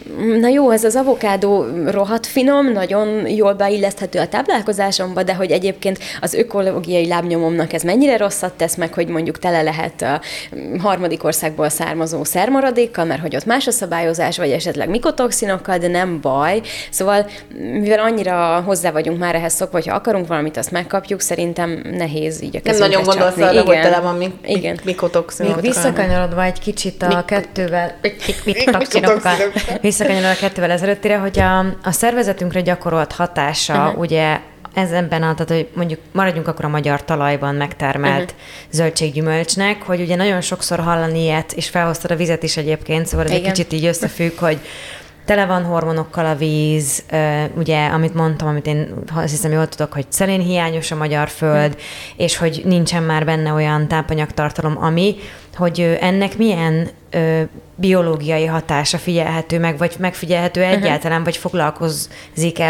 na jó, ez az avokádó rohadt finom, nagyon jól beilleszthető a táplálkozásomba, de hogy egyébként az ökológiai lábnyomomnak ez mennyire rosszat tesz meg, hogy mondjuk tele lehet a harmadik országból származó szermaradékkal, mert hogy ott más a szabályozás, vagy esetleg mikotoxinokkal, de nem baj. Szóval, mivel annyira hozzá vagyunk már ehhez szokva, hogyha akarunk valamit, azt megkapjuk, szerintem nehéz így a kezünkhez. Nem nagyon gondolsz arra, hogy tele van mi, mi, mikotoxinokkal. Még visszakanyarodva egy kicsit a kettővel, mikotoxinokkal, visszakanyarodva a kettővel ezelőttire, hogy a, a szervezetünkre gyakorolt hatása, uh-huh. ugye ez ebben a, tehát, hogy mondjuk maradjunk akkor a magyar talajban megtermelt uh-huh. zöldséggyümölcsnek, hogy ugye nagyon sokszor hallani ilyet, és felhoztad a vizet is egyébként, szóval ez egy kicsit így összefügg, hogy tele van hormonokkal a víz, ugye, amit mondtam, amit én azt hiszem jól tudok, hogy szelénhiányos a magyar föld, hmm. és hogy nincsen már benne olyan tápanyagtartalom, ami, hogy ennek milyen ö, biológiai hatása figyelhető meg, vagy megfigyelhető uh-huh. egyáltalán, vagy foglalkozik-e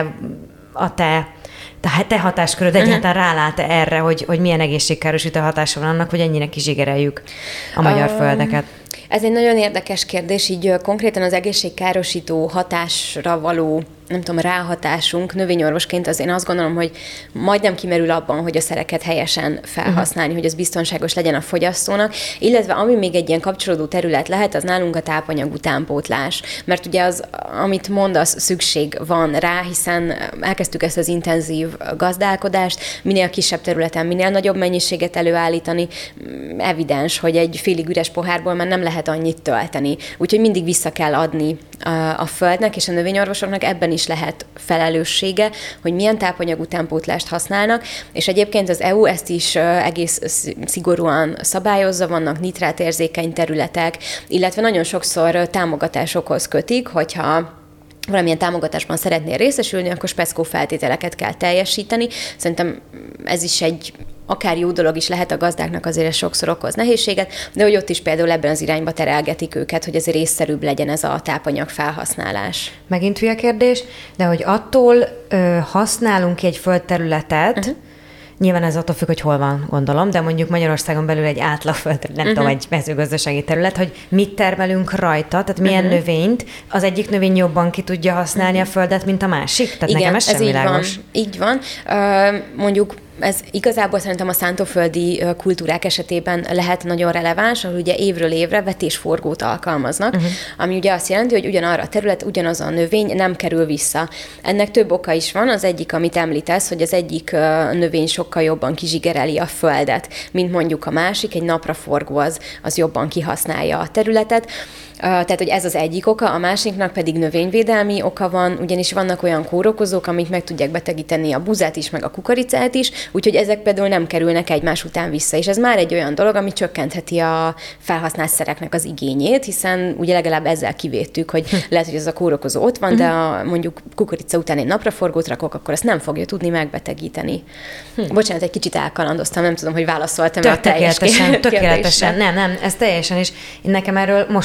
a te, te, te hatásköröd uh-huh. egyáltalán rálát erre, hogy, hogy milyen egészségkárosító hatása van annak, hogy ennyire kizsigereljük a magyar um. földeket. Ez egy nagyon érdekes kérdés, így konkrétan az egészségkárosító hatásra való, nem tudom, ráhatásunk növényorvosként, az én azt gondolom, hogy majdnem kimerül abban, hogy a szereket helyesen felhasználni, uh-huh. hogy ez biztonságos legyen a fogyasztónak, illetve ami még egy ilyen kapcsolódó terület lehet, az nálunk a tápanyag utánpótlás. Mert ugye az, amit mondasz, szükség van rá, hiszen elkezdtük ezt az intenzív gazdálkodást, minél kisebb területen, minél nagyobb mennyiséget előállítani, evidens, hogy egy félig üres pohárból már nem lehet annyit tölteni. Úgyhogy mindig vissza kell adni a, a földnek, és a növényorvosoknak ebben is lehet felelőssége, hogy milyen tápanyag utánpótlást használnak, és egyébként az é u ezt is egész szigorúan szabályozza, vannak nitrátérzékeny területek, illetve nagyon sokszor támogatásokhoz kötik, hogyha valamilyen támogatásban szeretnél részesülni, akkor speckó feltételeket kell teljesíteni. Szerintem ez is egy akár jó dolog is lehet, a gazdáknak azért ez sokszor okoz nehézséget, de hogy ott is például ebben az irányba terelgetik őket, hogy azért észszerűbb legyen ez a tápanyag felhasználás. Megint hülye kérdés, de hogy attól ö, használunk ki egy földterületet, uh-huh. nyilván ez attól függ, hogy hol van, gondolom, de mondjuk Magyarországon belül egy átlagföld, nem uh-huh. tudom, egy mezőgazdasági terület, hogy mit termelünk rajta, tehát milyen uh-huh. növényt, az egyik növény jobban ki tudja használni uh-huh. a földet, mint a másik? Tehát igen, nekem ez, ez sem így világos. Van, így van. Uh, mondjuk ez igazából szerintem a szántóföldi kultúrák esetében lehet nagyon releváns, ahol ugye évről évre vetésforgót alkalmaznak, uh-huh. ami ugye azt jelenti, hogy ugyanarra a terület, ugyanaz a növény nem kerül vissza. Ennek több oka is van, az egyik, amit említesz, hogy az egyik növény sokkal jobban kizsigereli a földet, mint mondjuk a másik, egy napraforgó az, az jobban kihasználja a területet. Tehát, hogy ez az egyik oka, a másiknak pedig növényvédelmi oka van, ugyanis vannak olyan kórokozók, amik meg tudják betegíteni a buzát is, meg a kukoricát is, úgyhogy ezek például nem kerülnek egymás után vissza, és ez már egy olyan dolog, ami csökkentheti a felhasznált szereknek az igényét, hiszen ugye legalább ezzel kivédtük, hogy lehet, hogy ez a kórokozó ott van, de a, mondjuk kukorica után egy napraforgót rakok, akkor ezt nem fogja tudni megbetegíteni. Hm. Bocsánat, egy kicsit elkalandoztam, nem tudom, hogy válaszoltam-e a teljes Tökéletesen, tökéletesen, nem, nem, ez teljesen, és nekem erről most, tehát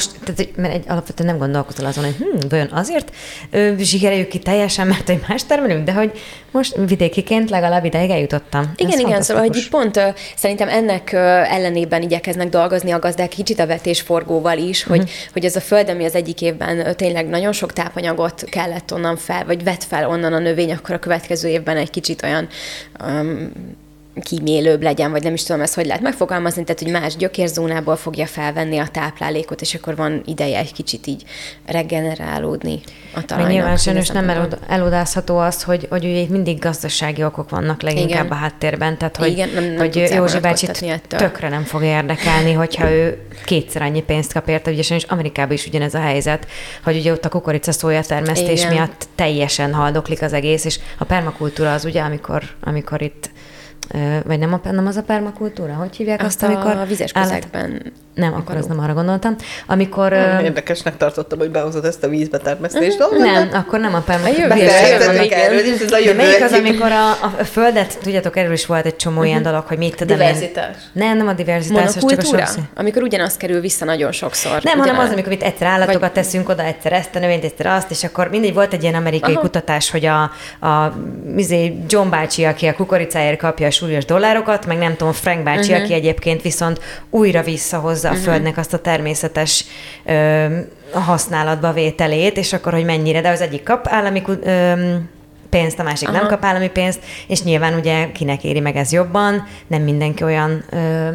hogy, mert egy, alapvetően nem gondolkozol azon, hogy hm, vajon azért ö, zsigereljük ki teljesen, mert hogy más termelünk, de hogy most vidékiként legalább ideig eljutottam. Igen, igen, szóval, hogy pont uh, szerintem ennek uh, ellenében igyekeznek dolgozni a gazdák kicsit a vetésforgóval is, hogy, uh-huh. hogy ez a föld, ami az egyik évben uh, tényleg nagyon sok tápanyagot kellett onnan fel, vagy vett fel onnan a növény, akkor a következő évben egy kicsit olyan um, kímélőbb legyen, vagy nem is tudom ezt, hogy lehet megfogalmazni, tehát, hogy más gyökérzónából fogja felvenni a táplálékot, és akkor van ideje egy kicsit így regenerálódni a talajnak. Nyilván sajnos nem elodázható az, hogy, hogy ugye mindig gazdasági okok vannak leginkább igen. a háttérben, tehát hogy, igen, nem, nem hogy Józsi bácsit tökre nem fog érdekelni, hogyha ő kétszer annyi pénzt kap érte, ugye sajnos Amerikában is ugyanez a helyzet, hogy ugye ott a kukorica szója termesztés igen. miatt teljesen haldoklik az egész, és a permakultúra az ugye, amikor, amikor itt vagy nem, a, nem az a permakultúra? Hogy hívják azt, azt amikor... A vizes közegben. Nem, akkor az nem arra gondoltam. Amikor... Hmm, érdekesnek tartottam, hogy behozod ezt a vízbe termesztést dolgot. Nem, akkor nem a permakultúra. De melyik az, amikor a, a földet, tudjátok, erről is volt egy csomó uh-huh. ilyen dolog, hogy mit tudom diverzitás. Én... Nem, nem a diverzitás. Monokultúra? Amikor ugyanaz kerül vissza nagyon sokszor. Nem, hanem az, amikor itt egyszer állatokat vagy... teszünk oda, egyszer ezt a növényt, egyszer azt, és akkor mindig volt egy ilyen amerikai Aha. kutatás, hogy a, a izé John bácsi, aki a kukoricáért kapja a súlyos dollárokat, meg nem tudom, Frank bácsi, uh-huh. aki egyébként viszont újra visszahozza a uh-huh. földnek azt a természetes ö, használatba vételét, és akkor, hogy mennyire, de az egyik kap állami ö, pénzt, a másik Aha. nem kap állami pénzt, és nyilván ugye kinek éri meg ez jobban, nem mindenki olyan ö,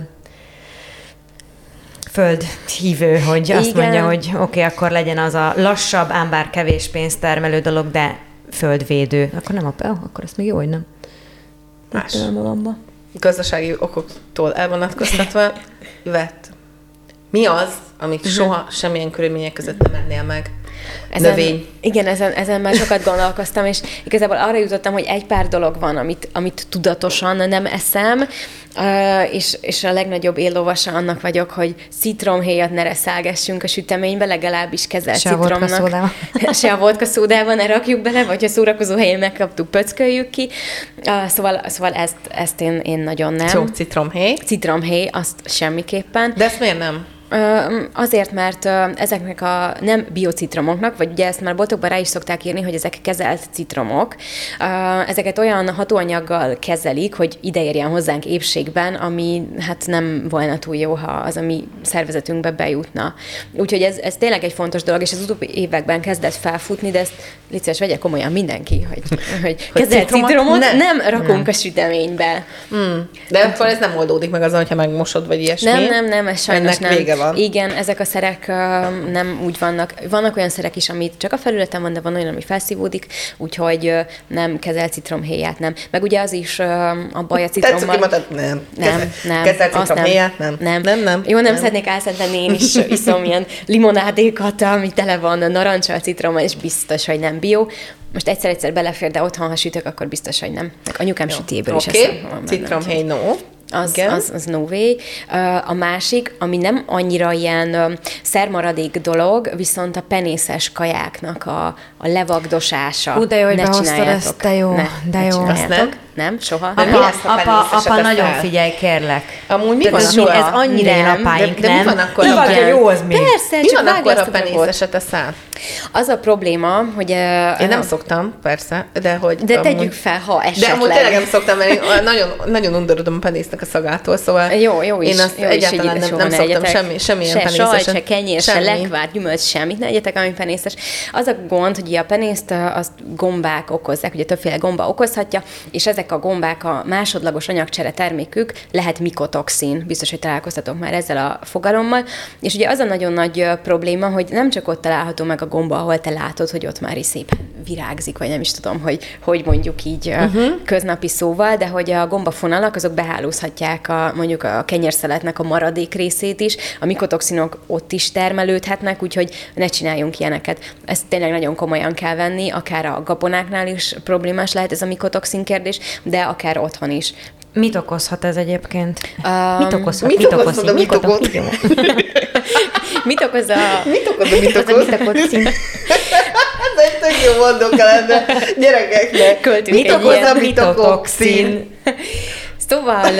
földhívő, hogy azt Igen. mondja, hogy oké, okay, akkor legyen az a lassabb, ám bár kevés pénzt termelő dolog, de földvédő. Akkor nem a oh, akkor ezt még jó, hogy nem. Más. Gazdasági okoktól elvonatkoztatva vett. Mi az, amit uh-huh. soha semmilyen körülmények között nem ennél meg? Ezen, Növény. Igen, ezen, ezen már sokat gondolkoztam, és igazából arra jutottam, hogy egy pár dolog van, amit, amit tudatosan nem eszem, uh, és, és a legnagyobb éllovasa annak vagyok, hogy citromhéjat ne reszálgessünk a süteménybe, legalábbis kezelt Se citromnak. Se a vodka szódában ne rakjuk bele, vagy a szórakozó helyén megkaptuk, pöcköljük ki. Uh, szóval szóval ezt, ezt én, én nagyon nem. Szó, citromhéj. Citromhéj, azt semmiképpen. De ezt miért nem? Azért, mert ezeknek a nem biocitromoknak, vagy ugye ezt már boltokban rá is szokták írni, hogy ezek kezelt citromok, ezeket olyan hatóanyaggal kezelik, hogy ide érjen hozzánk épségben, ami hát nem volna túl jó, ha az a mi szervezetünkbe bejutna. Úgyhogy ez, ez tényleg egy fontos dolog, és az utóbbi években kezdett felfutni, de ezt légy szíves, vegye komolyan mindenki, hogy, hogy kezelt citromot nem, nem rakunk nem. a süteménybe. Hmm. De akkor ez nem oldódik meg azon, hogyha megmosod, vagy ilyesmi. Nem, nem, nem, ez sajnos Ennek nem. Vége van. Igen, ezek a szerek uh, nem úgy vannak. Vannak olyan szerek is, amit csak a felületen van, de van olyan, ami felszívódik, úgyhogy uh, nem kezel citromhéját, nem. Meg ugye az is uh, a baj a citrommal. Tetszett, nem. Nem, nem. Kezel citromhéját, nem. Nem. nem. nem. Jó, nem, nem. szeretnék álszenteni, én is iszom ilyen limonádékat, ami tele van narancsal, citrommal, és biztos, hogy nem bio. Most egyszer-egyszer belefér, de otthon, ha sütök, akkor biztos, hogy nem. Meg anyukám sütéből is okay. eszem. Citromhéj, no. Az, az, az no way. A másik, ami nem annyira ilyen szermaradék dolog, viszont a penészes kajáknak a, a levagdosása. Hú, de jó, hogy behoztad ezt, de jó, ne, de jó. Nem? Nem? Soha? Apa, Nem? apa, apa nagyon figyelj, kérlek. Amúgy mi van ez, akkor? Ez annyira én apáink, de, de nem? mi van akkor? Igen. Jó az még. Persze, mi csak van akkor a penészes a szám? Az a probléma, hogy... Uh, én nem szoktam, persze, de hogy... De amúgy, tegyük fel, ha esetleg... De amúgy tényleg nem szoktam, mert én nagyon, nagyon undorodom a penésznek a szagától, szóval... Jó, jó is. Én azt jó egyáltalán is, nem, nem szoktam semmi, semmilyen se penészesen. Se sajt, se kenyér, semmi. Se lekvár, gyümölcs, semmit ne egyetek, ami penészes. Az a gond, hogy a penészt azt gombák okozzák, ugye többféle gomba okozhatja, és ezek a gombák a másodlagos anyagcsere termékük lehet mikotoxin. Biztos, hogy találkoztatok már ezzel a fogalommal. És ugye az a nagyon nagy probléma, hogy nem csak ott található meg a gomba, ahol te látod, hogy ott már is szép virágzik, vagy nem is tudom, hogy, hogy mondjuk így uh-huh. köznapi szóval, de hogy a gombafonalak azok behálózhatják a, mondjuk a kenyérszeletnek a maradék részét is, a mikotoxinok ott is termelődhetnek, úgyhogy ne csináljunk ilyeneket. Ezt tényleg nagyon komolyan kell venni, akár a gabonáknál is problémás lehet ez a mikotoxin kérdés, de akár otthon is. Mit okozhat ez egyébként? Um, mit okozhat? Mit, mit okozhat a mitokot? Mit okoz a... Mit okoz a mitotoxin? Ez egy tök jó mondóka lenne gyerekeknek. Költünk mit okoz a mitotoxin? Szóval...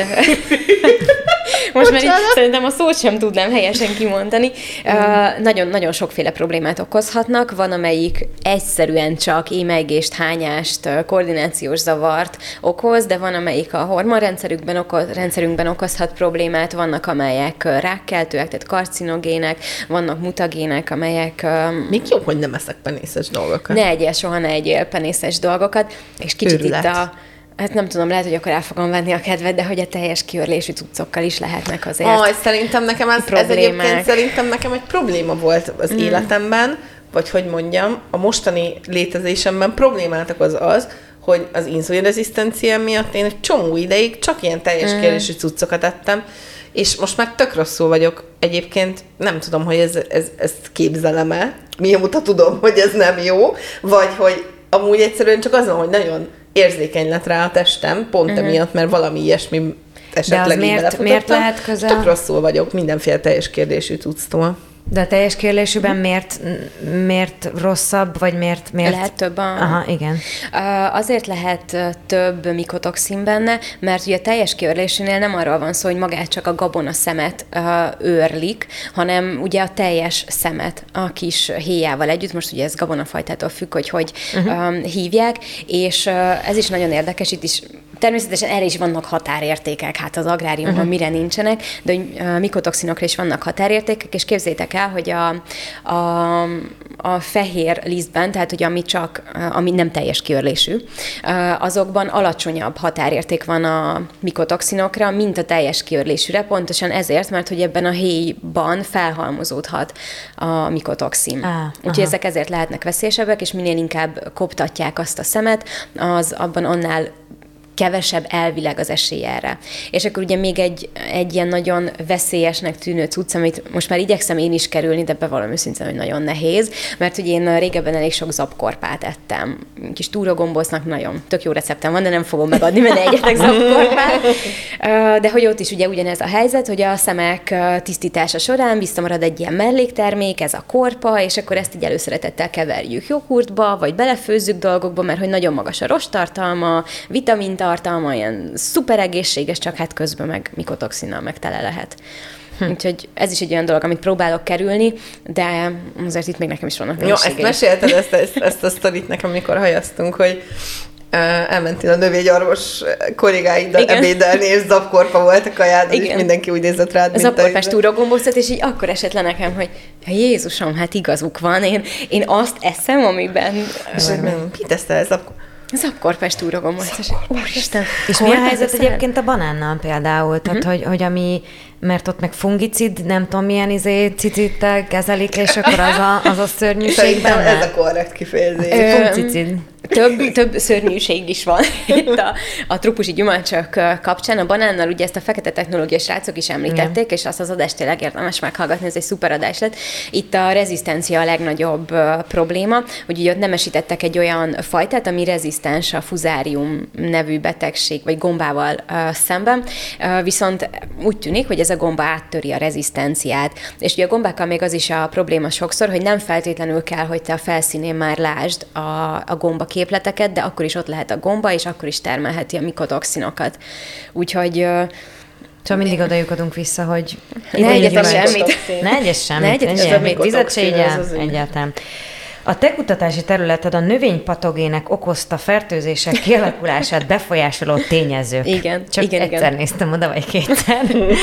Most már így szerintem a szót sem tudnám helyesen kimondani. Uh, nagyon, nagyon sokféle problémát okozhatnak. Van, amelyik egyszerűen csak émelygést, hányást, koordinációs zavart okoz, de van, amelyik a hormonrendszerünkben okoz, rendszerünkben okozhat problémát, vannak, amelyek rákkeltőek, tehát karcinogének, vannak mutagének, amelyek... Um, Még jó, hogy nem eszek penészes dolgokat. Ne egyél, soha ne egyél penészes dolgokat, és kicsit Őrület. Itt a... Hát nem tudom, lehet, hogy akkor el fogom venni a kedvet, de hogy a teljes kiörlésű cuccokkal is lehetnek azért Aj, szerintem nekem ez, ez egyébként szerintem nekem egy probléma volt az mm. életemben, vagy hogy mondjam, a mostani létezésemben problémát okoz az, hogy az inzulinrezisztencia miatt én egy csomó ideig csak ilyen teljes mm. kiörlésű cuccokat ettem, és most már tök rosszul vagyok. Egyébként nem tudom, hogy ez, ez, ezt képzelem-e, mióta tudom, hogy ez nem jó, vagy hogy amúgy egyszerűen csak az van, hogy nagyon érzékeny lett rá a testem, pont uh-huh. emiatt, mert valami ilyesmi esetleg így miért, miért lehet közel? Tök rosszul vagyok mindenféle teljes kérdésű cucctól. De a teljes kérdésűben miért, miért rosszabb, vagy miért... miért... Lehet több a... Aha, igen. Azért lehet több mikotoxin benne, mert ugye a teljes kiörlésűnél nem arról van szó, hogy magát csak a gabona szemet őrlik, hanem ugye a teljes szemet a kis héjával együtt, most ugye ez gabonafajtától függ, hogy hogy uh-huh. hívják, és ez is nagyon érdekes, itt is természetesen erre is vannak határértékek, hát az agráriumban uh-huh. mire nincsenek, de a mikotoxinokra is vannak határértékek, és képzeljétek el, hogy a, a, a fehér lisztben, tehát hogy ami csak, ami nem teljes kiörlésű, azokban alacsonyabb határérték van a mikotoxinokra, mint a teljes kiörlésűre, pontosan ezért, mert hogy ebben a héjban felhalmozódhat a mikotoxin. Ah, Úgyhogy ezek ezért lehetnek veszélyesebbek, és minél inkább koptatják azt a szemet, az abban annál kevesebb elvileg az esély erre. És akkor ugye még egy, egy ilyen nagyon veszélyesnek tűnő cucc, amit most már igyekszem én is kerülni, de bevallom őszintén, hogy nagyon nehéz, mert ugye én régebben elég sok zapkorpát ettem. Kis túrogombócnak nagyon tök jó receptem van, de nem fogom megadni, mert ne egyetek zapkorpát. De hogy ott is ugye ugyanez a helyzet, hogy a szemek tisztítása során visszamarad egy ilyen melléktermék, ez a korpa, és akkor ezt így előszeretettel keverjük joghurtba, vagy belefőzzük dolgokba, mert hogy nagyon magas a rosttartalma, vitamin tartalma, ilyen szuper egészséges, csak hát közben meg mikotoxinnal meg tele lehet. Hm. Úgyhogy ez is egy olyan dolog, amit próbálok kerülni, de azért itt még nekem is vannak nehézségei. Jó, ezt mesélted, ezt, ezt, ezt a sztorit nekem, amikor hajaztunk, hogy uh, elmentél a növényorvos kollégáiddal ebédelni, és zapkorpa volt a kajád, és mindenki úgy nézett rád, mint a... Zapkorpás túrogombócot, és így akkor esett le nekem, hogy Jézusom, hát igazuk van, én, én azt eszem, amiben... Mit esztel zapkorpa? Zapkorpás túrogombóc. Úristen. És mi a helyzet egyébként a banánnal például? Tehát, uh-huh. hogy, hogy ami, mert ott meg fungicid, nem tudom milyen izé, cicittel kezelik, és akkor az a, az a szörnyűség benne? ez a korrekt kifejezés. Fungicid. Több, több szörnyűség is van itt a, a trópusi gyümölcsök kapcsán. A banánnal ugye ezt a fekete technológiai srácok is említették, igen. És azt az adást tényleg érdemes meghallgatni, ez egy szuper adás lett. Itt a rezisztencia a legnagyobb uh, probléma, hogy ugye ott nemesítettek egy olyan fajtát, ami rezisztens a fuzárium nevű betegség, vagy gombával uh, szemben, uh, viszont úgy tűnik, hogy ez a gomba áttöri a rezisztenciát. És ugye a gombákkal még az is a probléma sokszor, hogy nem feltétlenül kell, hogy te a felszínén már lásd a, a gomba képleteket, de akkor is ott lehet a gomba, és akkor is termelheti a mikotoxinokat. Úgyhogy... Szóval mindig oda lyukadunk vissza, hogy... Ne egyetek semmit. Ne egyes semmit. Ne egyetek semmit. Vizet se igyál, egyáltalán. A te kutatási területed a növénypatogének okozta fertőzések kialakulását befolyásoló tényezők. Igen. Csak igen, egyszer igen. néztem oda, vagy kétszer.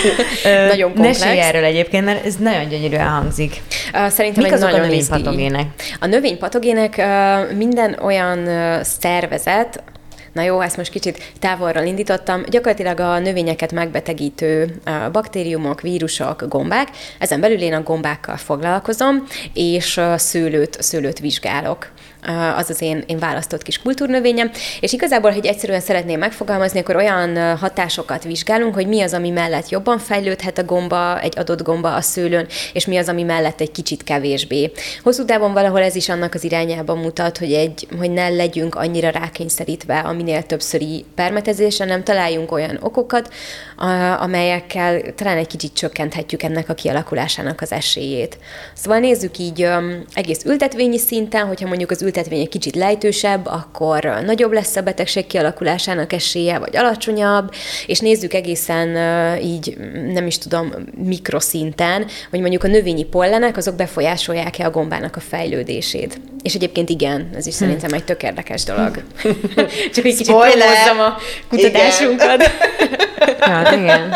Nagyon komplex. Mesélj erről egyébként, mert ez nagyon gyönyörűen hangzik. Uh, szerintem Mik egy azok nagyon a növénypatogének? A növénypatogének uh, minden olyan uh, szervezet, na jó, ezt most kicsit távolról indítottam. Gyakorlatilag a növényeket megbetegítő baktériumok, vírusok, gombák. Ezen belül én a gombákkal foglalkozom, és szőlőt, szőlőt vizsgálok. Az az én, én választott kis kultúrnövényem, és igazából, hogy egyszerűen szeretném megfogalmazni, akkor olyan hatásokat vizsgálunk, hogy mi az, ami mellett jobban fejlődhet a gomba, egy adott gomba a szőlőn, és mi az, ami mellett egy kicsit kevésbé. Hosszú távon valahol ez is annak az irányában mutat, hogy, egy, hogy ne legyünk annyira rákényszerítve a minél többszöri permetezésre, nem találjunk olyan okokat, amelyekkel talán egy kicsit csökkenthetjük ennek a kialakulásának az esélyét. Szóval nézzük így egész ültetvényi szinten, hogyha mondjuk az ültetvény egy kicsit lejtősebb, akkor nagyobb lesz a betegség kialakulásának esélye, vagy alacsonyabb, és nézzük egészen így, nem is tudom, mikroszinten, hogy mondjuk a növényi pollenek, azok befolyásolják-e a gombának a fejlődését. És egyébként igen, ez is hm. szerintem egy tök érdekes dolog. Csak egy kicsit promózzam a kutatásunkat. Ja, igen.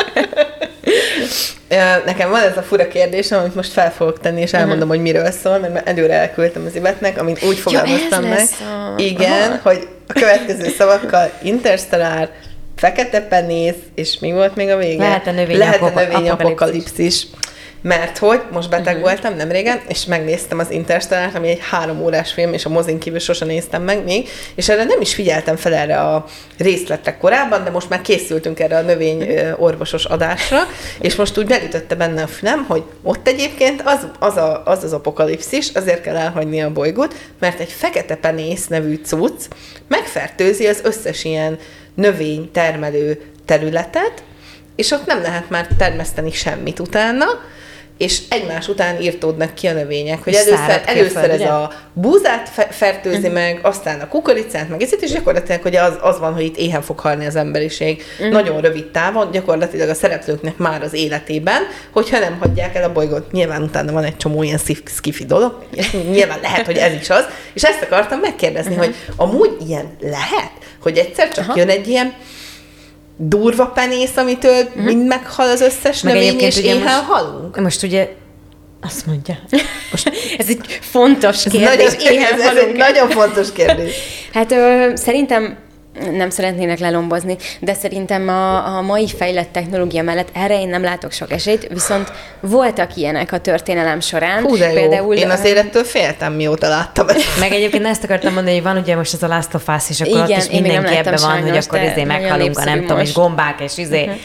Nekem van ez a fura kérdésem, amit most fel fogok tenni, és elmondom, uh-huh. hogy miről szól, mert már előre elküldtem az Ivetnek, amit úgy fogalmaztam ja, meg. A... Igen, aha. hogy a következő szavakkal Interstellar, fekete penész, és mi volt még a vége? Lehet a növény, Lehet apok- a növény apokalipszis. Mert hogy most beteg uh-huh. voltam nem régen, és megnéztem az Interstellárt, ami egy három órás film, és a mozin kívül sosem néztem meg még, és erre nem is figyeltem fel erre a részletre korábban, de most már készültünk erre a növény orvosos adásra, és most úgy megütötte benne a fülem, hogy ott egyébként az az, a, az, az apokalipszis, azért kell elhagyni a bolygót, mert egy fekete penész nevű cucc megfertőzi az összes ilyen növény termelő területet, és ott nem lehet már termeszteni semmit utána, és egymás után írtódnak ki a növények, hogy először, először ez a búzát fe- fertőzi uh-huh. meg, aztán a kukoricát, meg ezért, és gyakorlatilag hogy az, az van, hogy itt éhen fog halni az emberiség. Uh-huh. Nagyon rövid távon, gyakorlatilag a szereplőknek már az életében, hogyha nem hagyják el a bolygót. Nyilván utána van egy csomó ilyen skifi dolog, nyilván lehet, hogy ez is az, és ezt akartam megkérdezni, uh-huh. hogy amúgy ilyen lehet, hogy egyszer csak uh-huh. jön egy ilyen durva penész, amitől uh-huh. mind meghal az összes meg növény, és éhen most, halunk. Most ugye azt mondja. Most, ez egy fontos kérdés. Nagyon, éhen ez, ez egy nagyon fontos kérdés. Hát ö, szerintem nem szeretnének lelombozni, de szerintem a, a mai fejlett technológia mellett erre én nem látok sok esélyt, viszont voltak ilyenek a történelem során. Hú, de jó. Például, én az élettől féltem, mióta láttam ezt. Meg egyébként ezt akartam mondani, hogy van ugye most ez a Last of Us, és akkor igen, ott is mindenki ebben van, sajnos, hogy akkor izé meghalunk, a nem tudom, és gombák, és izé. Uh-huh.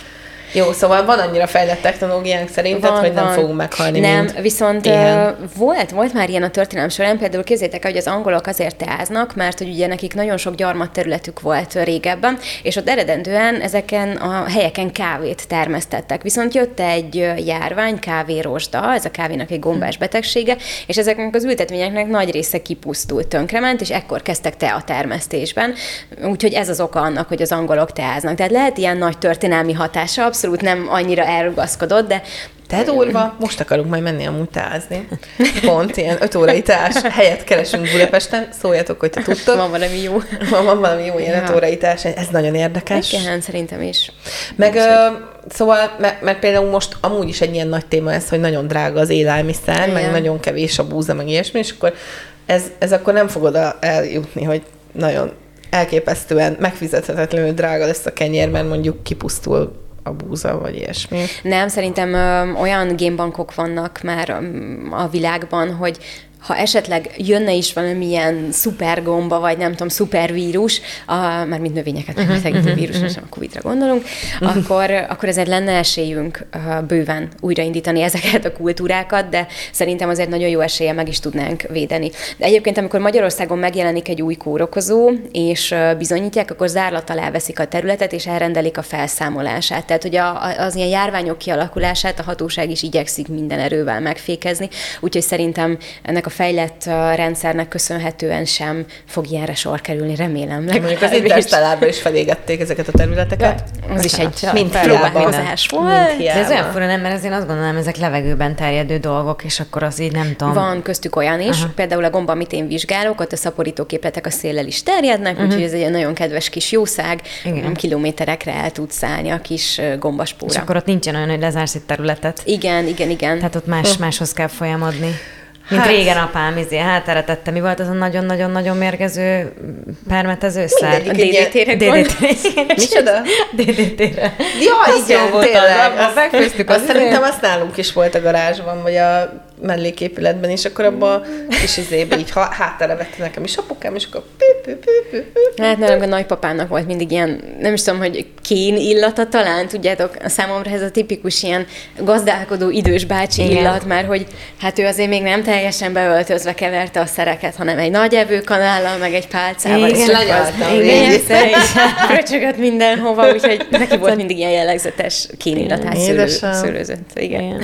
Jó, szóval van annyira fejlett technológiánk szerinted, van, hogy nem van. fogunk meghalni. Nem, viszont uh, volt, volt már ilyen a történelem során, például képzeljétek el, hogy az angolok azért teáznak, mert hogy ugye nekik nagyon sok gyarmatterületük volt régebben, és ott eredendően ezeken a helyeken kávét termesztettek. Viszont jött egy járvány, kávérosda, ez a kávénak egy gombás betegsége, és ezeknek az ültetvényeknek nagy része kipusztult, tönkrement, és ekkor kezdtek tea termesztésben. Úgyhogy ez az oka annak, hogy az angolok teáznak. Tehát lehet ilyen nagy történelmi hatása, abszolút nem annyira elrugaszkodott, de... Te durva, most akarunk majd menni amúgy teázni. Pont ilyen öt órai teás helyet keresünk Budapesten, szóljatok, hogy te tudtok. Van valami jó. Van, van valami jó ilyen ja. öt órai teás, ez nagyon érdekes. Igen, szerintem is. Meg ö, szóval, mert, mert például most amúgy is egy ilyen nagy téma ez, hogy nagyon drága az élelmiszer, igen. meg nagyon kevés a búza, meg ilyesmi, és akkor ez, ez akkor nem fog oda eljutni, hogy nagyon elképesztően megfizethetetlenül drága lesz a kenyér, mert mondjuk kipusztul a búza, vagy ilyesmi. Nem, szerintem ö, olyan génbankok vannak már ö, a világban, hogy ha esetleg jönne is valamilyen szupergomba, vagy nem tudom, szupervírus, már mint növényeket uh-huh, megbetegítő uh-huh, vírus, uh-huh. a Covidra gondolunk, uh-huh. akkor, akkor ezért lenne esélyünk uh, bőven újraindítani ezeket a kultúrákat, de szerintem azért nagyon jó eséllyel meg is tudnánk védeni. De egyébként, amikor Magyarországon megjelenik egy új kórokozó, és uh, bizonyítják, akkor zárlat alá veszik a területet, és elrendelik a felszámolását. Tehát, hogy a, az ilyen járványok kialakulását a hatóság is igyekszik minden erővel megfékezni, úgyhogy szerintem ennek a fejlett rendszernek köszönhetően sem fog ilyenre sor kerülni, remélem. Mondjuk az Interstellárban is felégették ezeket a területeket. Az is egy mint próbálkozás volt. De ez olyan fura, nem, mert azért azt gondolom, ezek levegőben terjedő dolgok, és akkor az így nem tudom. Van köztük olyan is, aha. például a gomba, amit én vizsgálok, ott a szaporítóképletek a széllel is terjednek, uh-huh. úgyhogy ez egy nagyon kedves kis jószág, igen. kilométerekre el tud szállni a kis gombaspóra. És akkor ott nincsen olyan, hogy lezársz egy területet. Igen, igen, igen. Tehát ott más, máshoz kell folyamodni. Mint hát, régen apám, izé, hátára tette. Mi volt az a nagyon-nagyon-nagyon mérgező permetezőszer? A dé dé té-re dé dé té. Micsoda? dé dé té-re. Ja, igen, volt tényleg. Az, megfőztük azt szerintem azt nálunk is volt a garázsban, vagy a melléképületben, és akkor abban a kis izébe így hátára vette nekem is apukám, és akkor pü, pü, pü, pü, pü. Hát nálunk a nagypapának volt mindig ilyen, nem is tudom, hogy kén illata talán, tudjátok, számomra ez a tipikus ilyen gazdálkodó idős bácsi igen. illat, mert hogy hát ő azért még nem teljesen beöltözve keverte a szereket, hanem egy nagy evőkanállal, meg egy pálcával. Igen, lanyaltam. Igen, fröcsögött mindenhova, úgyhogy neki volt mindig ilyen jellegzetes kén illatás szőlőzött. Igen. igen.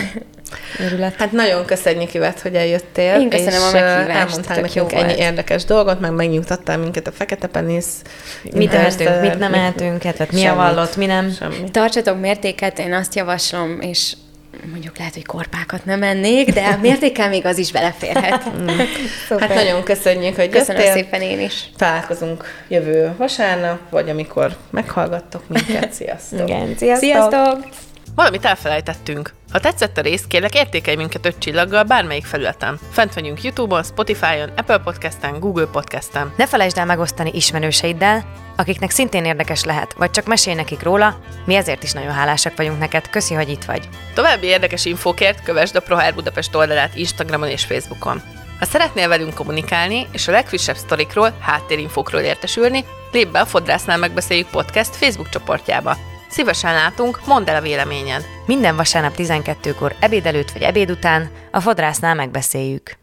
Örület. Hát nagyon köszönjük, Ivet, hogy eljöttél. Én köszönöm a meghívást. Elmondtál nekünk ennyi érdekes dolgot, meg megnyugtattál minket a Fekete Penisz. Mit ehetünk, mit nem ehetünk, hát mi a vallott, mi nem. Semmit. Tartsatok mértéket, én azt javaslom, és mondjuk lehet, hogy korpákat nem ennék, de mértékkel még az is beleférhet. Hát nagyon köszönjük, hogy Köszönöm jöttél. szépen én is. Találkozunk jövő vasárnap, vagy amikor meghallgattok minket. Sziasztok! Igen, sziasztok! Sziasztok! Valamit elfelejtettünk. Ha tetszett a rész, kérlek értékelj minket öt csillaggal bármelyik felületen. Fent vagyunk YouTube-on, Spotify-on, Apple Podcasten, Google Podcasten. Ne felejtsd el megosztani ismerőseiddel, akiknek szintén érdekes lehet, vagy csak mesélj nekik róla, mi ezért is nagyon hálásak vagyunk neked. Köszi, hogy itt vagy. További érdekes infókért kövesd a ProHair Budapest oldalát Instagramon és Facebookon. Ha szeretnél velünk kommunikálni, és a legfrissebb sztorikról, háttérinfókról értesülni, lépj be a Fodrásznál megbeszéljük podcast Facebook csoportjába. Szívesen látunk, mondd el a véleményed. Minden vasárnap tizenkettőkor ebéd előtt vagy ebéd után a Fodrásznál megbeszéljük.